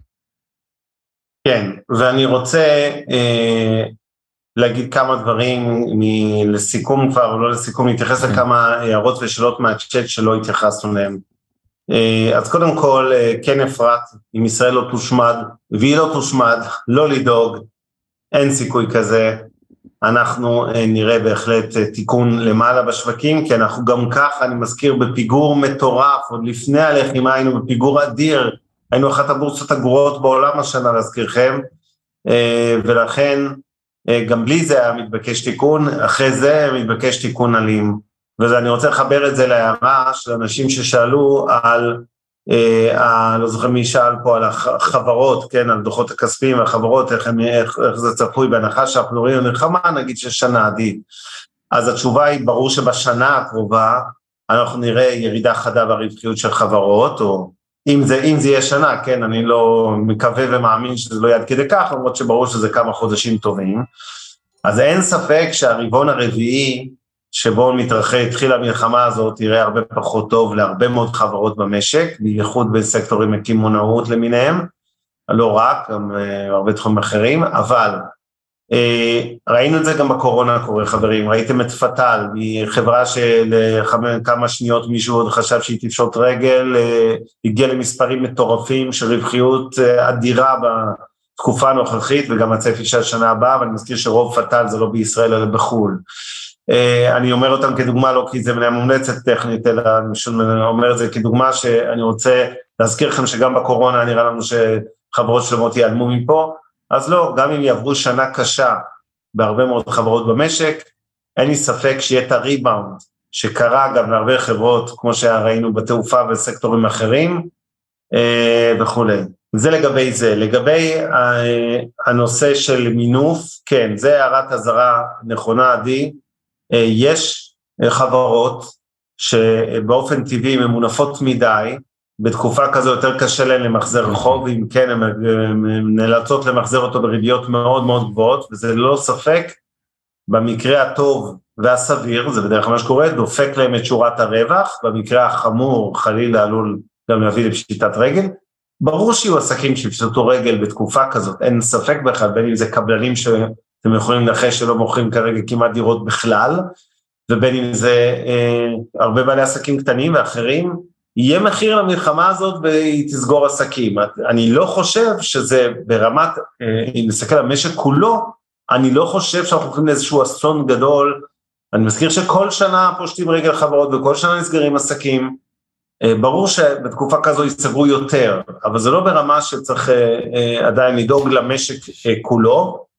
Speaker 2: כן, ואני רוצה... אה... להגיד כמה דברים מ- לסיכום כבר, או לא לסיכום, להתייחס לכמה הערות ושאלות מהצ'אט שלא התייחסנו להם. אז קודם כל, כן אפרת, אם ישראל לא תושמד, והיא לא תושמד, לא לדאוג, אין סיכוי כזה, אנחנו נראה בהחלט תיקון למעלה בשווקים, כי אנחנו גם ככה, אני מזכיר, בפיגור מטורף, עוד לפני הלחימה היינו בפיגור אדיר, היינו אחת הבורסות הגרועות בעולם השנה, להזכירכם, ולכן, גם בלי זה היה מתבקש תיקון, אחרי זה מתבקש תיקון אלים, ואני רוצה לחבר את זה להערה של אנשים ששאלו על, אה, לא זוכר מי שאל פה על החברות, כן, על דוחות הכספיים והחברות, איך, איך, איך זה צפוי בהנחה שאנחנו רואים מלחמה, נגיד ששנה עדיף, אז התשובה היא ברור שבשנה הקרובה, אנחנו נראה ירידה חדה ברווחיות של חברות, או אם זה, אם זה יהיה שנה, כן, אני לא מקווה ומאמין שזה לא יד כדי כך, למרות שברור שזה כמה חודשים טובים, אז אין ספק שהריבון הרביעי, שבו מתרחב, התחילה המלחמה הזאת, יראה הרבה פחות טוב להרבה מאוד חברות במשק, בייחוד בסקטורים הקמעונאות למיניהם, לא רק, גם uh, הרבה תחומים אחרים, אבל uh, ראינו את זה גם בקורונה קורה, חברים, ראיתם את פטל, היא חברה של כמה שניות מישהו עוד חשב שהיא תפשוט רגל, uh, הגיעה למספרים מטורפים של רווחיות uh, אדירה בתקופה הנוכחית, וגם הצפי של השנה הבאה, ואני מזכיר שרוב פטל זה לא בישראל אלא בחול. אני אומר אותם כדוגמה, לא כי זה מנהל מומלצת טכנית, אלא אני אומר את זה כדוגמה שאני רוצה להזכיר לכם שגם בקורונה נראה לנו שחברות שלמות ייעלמו מפה, אז לא, גם אם יעברו שנה קשה בהרבה מאוד חברות במשק, אין לי ספק שיהיה את הריבאונד שקרה גם להרבה חברות, כמו שראינו בתעופה וסקטורים אחרים וכו'. זה לגבי זה. לגבי הנושא של מינוף, כן, זה הערת הזרה נכונה עדי, יש חברות שבאופן טבעי ממונפות מדי, בתקופה כזו יותר קשה להן למחזר חוב, אם כן הן נאלצות למחזר אותו בריביות מאוד מאוד גבוהות, וזה לא ספק, במקרה הטוב והסביר, זה בדרך כלל מה שקורה, דופק להם את שורת הרווח, במקרה החמור חלילה עלול גם להביא לפשיטת רגל, ברור שיהיו עסקים שיפשטו רגל בתקופה כזאת, אין ספק בכלל, בין אם זה קבלנים ש... אתם יכולים לנחש שלא מוכרים כרגע כמעט דירות בכלל, ובין אם זה אה, הרבה בעלי עסקים קטנים ואחרים, יהיה מחיר למלחמה הזאת והיא תסגור עסקים. אני לא חושב שזה ברמת, אה, אם נסתכל על המשק כולו, אני לא חושב שאנחנו הולכים לאיזשהו אסון גדול, אני מזכיר שכל שנה פושטים רגל חברות וכל שנה נסגרים עסקים, אה, ברור שבתקופה כזו יסגרו יותר, אבל זה לא ברמה שצריך אה, אה, עדיין לדאוג למשק אה, כולו,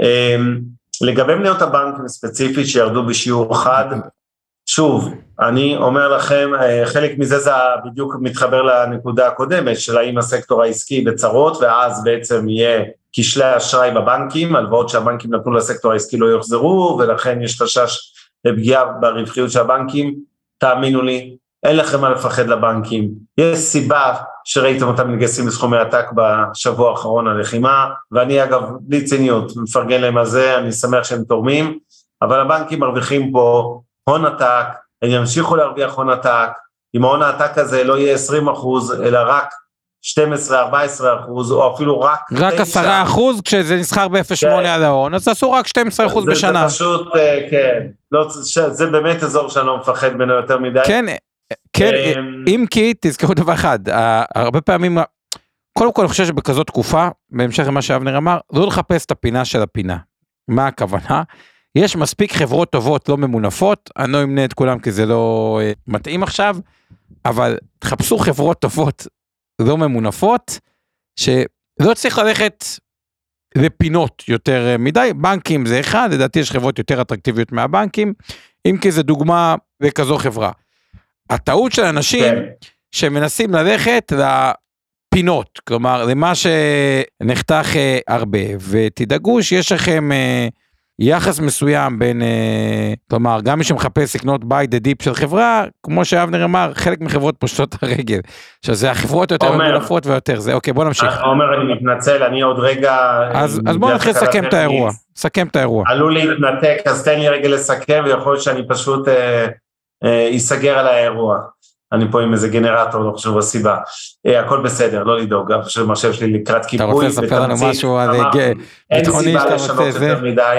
Speaker 2: לגבי מניות הבנקים ספציפית שירדו בשיעור חד, שוב, אני אומר לכם, חלק מזה זה בדיוק מתחבר לנקודה הקודמת, של האם הסקטור העסקי בצרות, ואז בעצם יהיה כשלי אשראי בבנקים, הלוואות שהבנקים נתנו לסקטור העסקי לא יוחזרו, ולכן יש חשש לפגיעה ברווחיות של הבנקים, תאמינו לי, אין לכם מה לפחד לבנקים, יש סיבה שראיתם אותם מגייסים בסכומי עתק בשבוע האחרון הלחימה, ואני אגב בלי ציניות מפרגן להם על זה, אני שמח שהם תורמים, אבל הבנקים מרוויחים פה הון עתק, הם ימשיכו להרוויח הון עתק, אם ההון העתק הזה לא יהיה עשרים אחוז, אלא רק שתים עשרה ארבע עשרה אחוז, או אפילו רק...
Speaker 1: רק עשרה אחוז, כשזה נסחר ב-אפס נקודה שמונה על ההון, אז עשו רק שנים עשר אחוז בשנה.
Speaker 2: זה פשוט, כן, זה באמת אזור שאני לא מפחד ממנו יותר מדי.
Speaker 1: כן, כן, אם כי, תזכרו דבר אחד, הרבה פעמים, קודם כל אני חושב שבכזאת תקופה, בהמשך למה שאבנר אמר, לא לחפש את הפינה של הפינה. מה הכוונה? יש מספיק חברות טובות לא ממונפות, אני לא אמנה את כולם כי זה לא מתאים עכשיו, אבל תחפשו חברות טובות לא ממונפות, שלא צריך ללכת לפינות יותר מדי, בנקים זה אחד, לדעתי יש חברות יותר אטרקטיביות מהבנקים, אם כי זה דוגמה לכזו חברה. הטעות של אנשים שמנסים ללכת לפינות, כלומר למה שנחתך הרבה, ותדאגו שיש לכם יחס מסוים בין, כלומר גם מי שמחפש לקנות ביי דה דיפ של חברה, כמו שאבנר אמר, חלק מחברות פושטות הרגל, שזה החברות יותר מנופות ויותר, זה אוקיי בוא נמשיך.
Speaker 2: עומר אני מתנצל, אני עוד רגע...
Speaker 1: אז, אז בוא נתחיל לסכם את האירוע, סכם את האירוע.
Speaker 2: עלו להתנתק, אז תן לי רגע לסכם, ויכול להיות שאני פשוט אה, אה, אסגר על האירוע. אני פה עם איזה גנרטור, לא חושב בסיבה. אה, הכל בסדר, לא לדאוג, גם חושב משהו שלי לקראת כיפוי.
Speaker 1: אתה רוצה לספר לנו משהו על ביטחוני שאתה רוצה זה?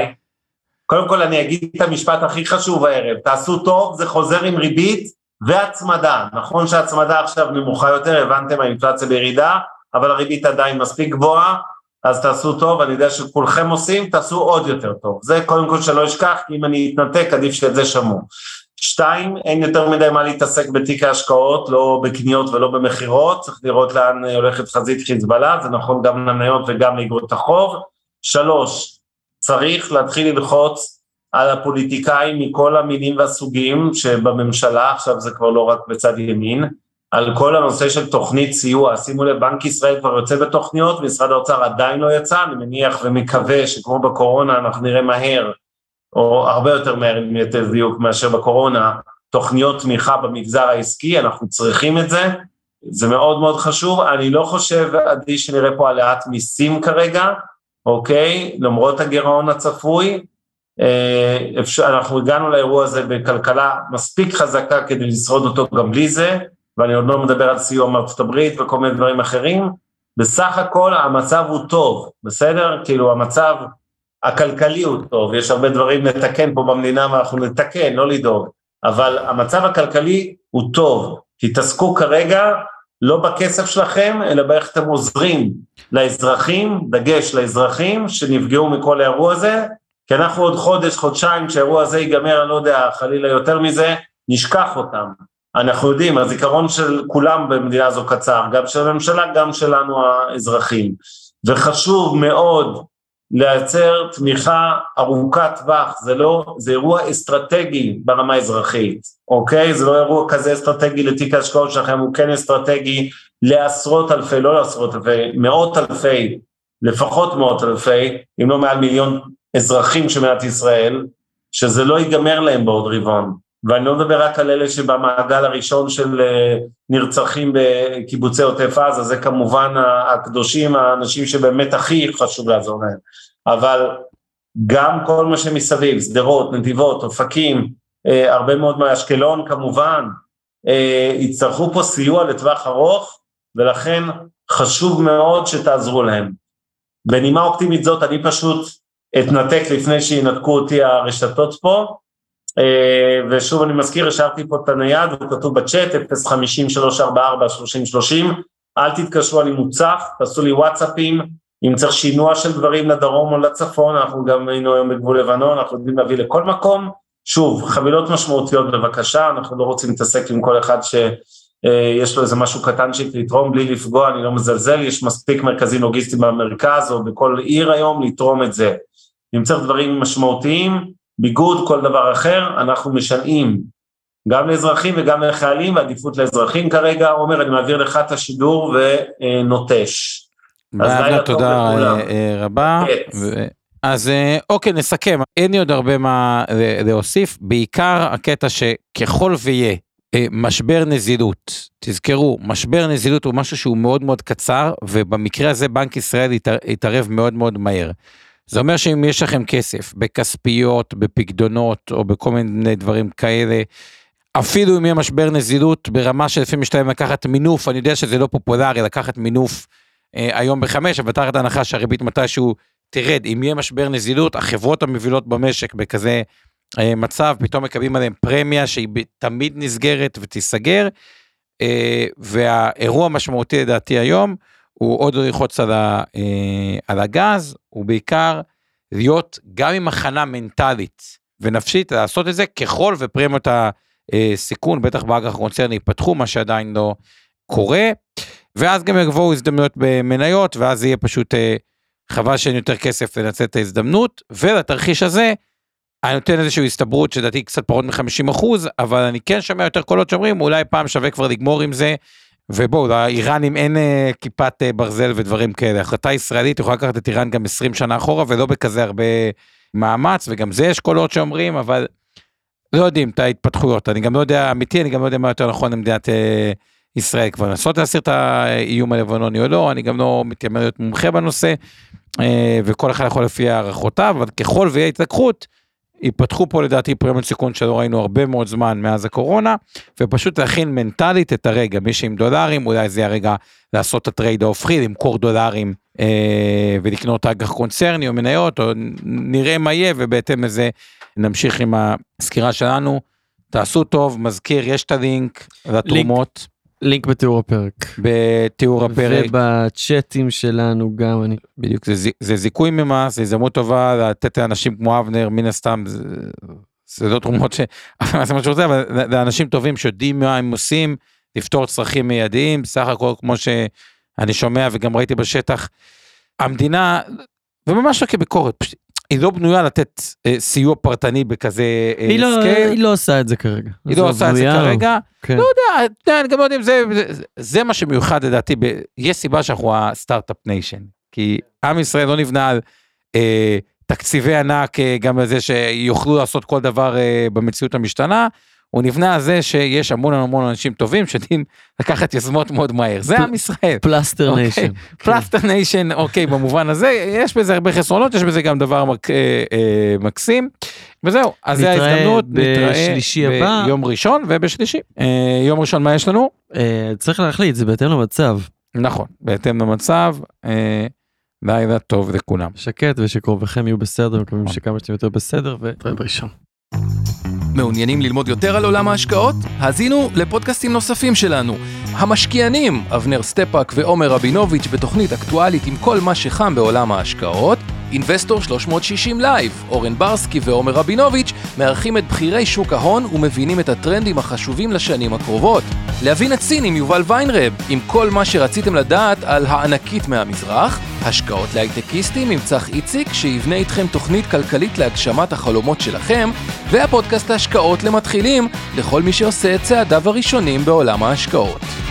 Speaker 2: קודם כל אני אגיד את המשפט הכי חשוב הערב, תעשו טוב, זה חוזר עם ריבית והצמדה, נכון שהצמדה עכשיו נמוכה יותר, הבנתם האינפלציה בירידה, אבל הריבית עדיין מספיק גבוהה, אז תעשו טוב, אני יודע שכולכם עושים, תעשו עוד יותר טוב, זה קודם כל שלא אשכח, כי אם אני אתנתק עדיף שאת זה שמעו. שתיים, אין יותר מדי מה להתעסק בתיק ההשקעות, לא בקניות ולא במחירות, צריך לראות לאן הולכת חזית חיזבאללה, זה נכון גם למניות וגם לאגרות החוב. שלוש, צריך להתחיל ללחוץ על הפוליטיקאים מכל המינים והסוגים שבממשלה, עכשיו זה כבר לא רק בצד ימין, על כל הנושא של תוכנית סיוע, שימו לב, בנק ישראל כבר יוצא בתוכניות, משרד האוצר עדיין לא יצא, אני מניח ומקווה שכמו בקורונה אנחנו נראה מהר, או הרבה יותר מהר אם יותר דיוק מאשר בקורונה, תוכניות תמיכה במגזר העסקי, אנחנו צריכים את זה, זה מאוד מאוד חשוב, אני לא חושב עדי שנראה פה העלאת מיסים כרגע, אוקיי, למרות הגירעון הצפוי, אנחנו הגענו לאירוע הזה בכלכלה מספיק חזקה כדי לשרוד אותו גם בלי זה, ואני עוד לא מדבר על סיוע מארצות הברית וכל מיני דברים אחרים, בסך הכל המצב הוא טוב, בסדר? כאילו המצב הכלכלי הוא טוב, יש הרבה דברים לתקן פה במדינה ואנחנו נתקן, לא לדאוג, אבל המצב הכלכלי הוא טוב, תתעסקו כרגע לא בכסף שלכם, אלא באיך אתם עוזרים לאזרחים, דגש לאזרחים שנפגעו מכל האירוע הזה, כי אנחנו עוד חודש, חודשיים, כשהאירוע הזה ייגמר, אני לא יודע, חלילה יותר מזה, נשכח אותם. אנחנו יודעים, הזיכרון של כולם במדינה הזו קצר, גם של הממשלה, גם שלנו האזרחים. וחשוב מאוד לייצר תמיכה ארוכת טווח, זה לא, זה אירוע אסטרטגי ברמה האזרחית, אוקיי? זה לא אירוע כזה אסטרטגי לתיק ההשקעות שלכם, הוא כן אסטרטגי לעשרות אלפי, לא לעשרות אלפי, מאות אלפי, לפחות מאות אלפי, אם לא מעל מיליון אזרחים של מדינת ישראל, שזה לא ייגמר להם בעוד רבעון, ואני לא מדבר רק על אלה שבמעגל הראשון של נרצחים בקיבוצי עוטף עזה, זה כמובן הקדושים, האנשים שבאמת הכי חשוב לעזור להם, אבל גם כל מה שמסביב, סדרות, נתיבות, אופקים, הרבה מאוד מאשקלון כמובן, יצטרכו פה סיוע לטווח ארוך, ולכן חשוב מאוד שתעזרו להם. בנימה אופטימית זאת, אני פשוט אתנתק לפני שינתקו אותי הרשתות פה, ושוב אני מזכיר, השארתי פה את הנייד, הוא כתוב בצ'אט, אפס חמישים שלוש ארבע ארבע שלושים שלושים, אל תתקשרו, אני מוצף, תעשו לי וואטסאפים, אם צריך שינוע של דברים לדרום או לצפון, אנחנו גם היינו היום בגבול לבנון, אנחנו יודעים להביא לכל מקום, שוב, חבילות משמעותיות בבקשה, אנחנו לא רוצים להתעסק עם כל אחד שיש לו איזה משהו קטן לתרום, בלי לפגוע, אני לא מזלזל, יש מספיק מרכזים לוגיסטיים במרכז, או בכל עיר היום, לתרום את זה. אם צריך דברים משמעותיים, ביגוד, כל דבר אחר, אנחנו משנעים, גם לאזרחים וגם לחיילים, ועדיפות לאזרחים כרגע, עומר, אני מעביר לך את השידור ונוטש.
Speaker 1: תודה רבה. אז אוקיי, נסכם, אין לי עוד הרבה מה להוסיף, בעיקר הקטע שככל ויהיה משבר נזילות, תזכרו, משבר נזילות הוא משהו שהוא מאוד מאוד קצר, ובמקרה הזה בנק ישראל יתערב מאוד מאוד מהר. זה אומר שאם יש לכם כסף, בכספיות, בפקדונות, או בכל מיני דברים כאלה, אפילו אם יהיה משבר נזילות ברמה שלפעמים משתלם לקחת מינוף, אני יודע שזה לא פופולרי, לקחת מינוף אה, היום בחמש, אבל תחת ההנחה שהריבית מתישהו תרד, אם יהיה משבר נזילות, החברות המובילות במשק בכזה אה, מצב, פתאום מקבלים עליהם פרמיה שהיא תמיד נסגרת ותיסגר, אה, והאירוע המשמעותי לדעתי היום, הוא עוד לא ללחוץ על, ה, אה, על הגז, הוא בעיקר להיות גם עם הכנה מנטלית ונפשית, לעשות את זה ככל ופרמיות הסיכון, בטח באג"ח קונצרני ייפתחו, מה שעדיין לא קורה, ואז גם יגבו הזדמנויות במניות, ואז יהיה פשוט אה, חבל שאין יותר כסף לנצל את ההזדמנות, ולתרחיש הזה, אני נותן איזושהי הסתברות שדעתי קצת פחות מ-חמישים אחוז, אבל אני כן שומע יותר קולות שאומרים, אולי פעם שווה כבר לגמור עם זה, ובואו, לאיראנים אין אה, כיפת אה, ברזל ודברים כאלה, החלטה ישראלית יכולה לקחת את איראן גם עשרים שנה אחורה, ולא בכזה הרבה מאמץ, וגם זה יש קולות שאומרים, אבל לא יודעים את ההתפתחויות, אני גם לא יודע אמיתי, אני גם לא יודע מה יותר נכון למדינת אה, ישראל, כבר לנסות להסיר את האיום הלבנוני או לא, אני גם לא מתיימר להיות מומחה בנושא, אה, וכל אחד יכול לפי הערכותיו, אבל ככל ויהיה התלקחות, ייפתחו פה לדעתי פרמיות סיכון שלא ראינו הרבה מאוד זמן מאז הקורונה, ופשוט להכין מנטלית את הרגע, מי שעם דולרים, אולי זה הרגע לעשות את הטרייד ההופכי, למכור דולרים אה, ולקנות אג"ח קונצרני או מניות, או נראה מה יהיה, ובהתאם לזה נמשיך עם הסקירה שלנו. תעשו טוב, מזכיר, יש את הלינק לתרומות.
Speaker 3: לינק. לינק בתיאור הפרק.
Speaker 1: בתיאור הפרק.
Speaker 3: ובצ'אטים שלנו גם אני.
Speaker 1: בדיוק, זה, זה זיכוי ממס, זה הזדמנות טובה לתת לאנשים כמו אבנר, מן הסתם, זה, זה לא תרומות ש... זה מה שרוצה, אבל לאנשים טובים שיודעים מה הם עושים, לפתור צרכים מיידיים, בסך הכל כמו שאני שומע וגם ראיתי בשטח, המדינה, וממש לא כביקורת, פשוט, היא לא בנויה לתת אה, סיוע פרטני בכזה אה,
Speaker 3: היא לא,
Speaker 1: סקייל.
Speaker 3: היא לא עושה את זה כרגע.
Speaker 1: היא לא עושה את זה כרגע.
Speaker 3: כן.
Speaker 1: לא יודע, אני גם לא יודע אם זה, זה, זה מה שמיוחד לדעתי, ב, יש סיבה שאנחנו הסטארט-אפ ניישן, כי עם ישראל לא נבנה על אה, תקציבי ענק, אה, גם על זה שיוכלו לעשות כל דבר אה, במציאות המשתנה, הוא נבנה על זה שיש המון המון אנשים טובים, שיודעים לקחת יזמות מאוד מהר, זה עם ישראל.
Speaker 3: פלסטר ניישן.
Speaker 1: פלסטר ניישן, אוקיי, במובן הזה, יש בזה הרבה חסרונות, יש בזה גם דבר מק, אה, אה, מקסים, וזהו, אז זה ההזדמנות,
Speaker 3: נתראה בשלישי הבא.
Speaker 1: ביום ראשון ובשלישי. אה, יום ראשון מה יש לנו?
Speaker 3: אה, צריך להחליט, זה בהתאם למצב.
Speaker 1: נכון, בהתאם למצב, אה, לילה טוב לכולם.
Speaker 3: שקט ושקרובכם יהיו בסדר, מקווים שכמה שאתם יותר בסדר, ונתראה בראשון.
Speaker 4: מעוניינים ללמוד יותר על עולם ההשקעות? האזינו לפודקאסטים נוספים שלנו. המשקיענים, אבנר סטפאק ועומר רבינוביץ' בתוכנית אקטואלית עם כל מה שחם בעולם ההשקעות. אינבסטור שלוש מאות שישים לייב, אורן ברסקי ועומר רבינוביץ' מארחים את בחירי שוק ההון ומבינים את הטרנדים החשובים לשנים הקרובות. להבין את סין עם יובל ויינרב, עם כל מה שרציתם לדעת על הענקית מהמזרח. השקעות להייטקיסטים עם צח איציק, שיבנה איתכם תוכנית כלכלית להגשמת החלומות שלכם, והפודקאסט ההשקעות למתחילים, לכל מי שעושה את צעדיו הראשונים בעולם ההשקעות.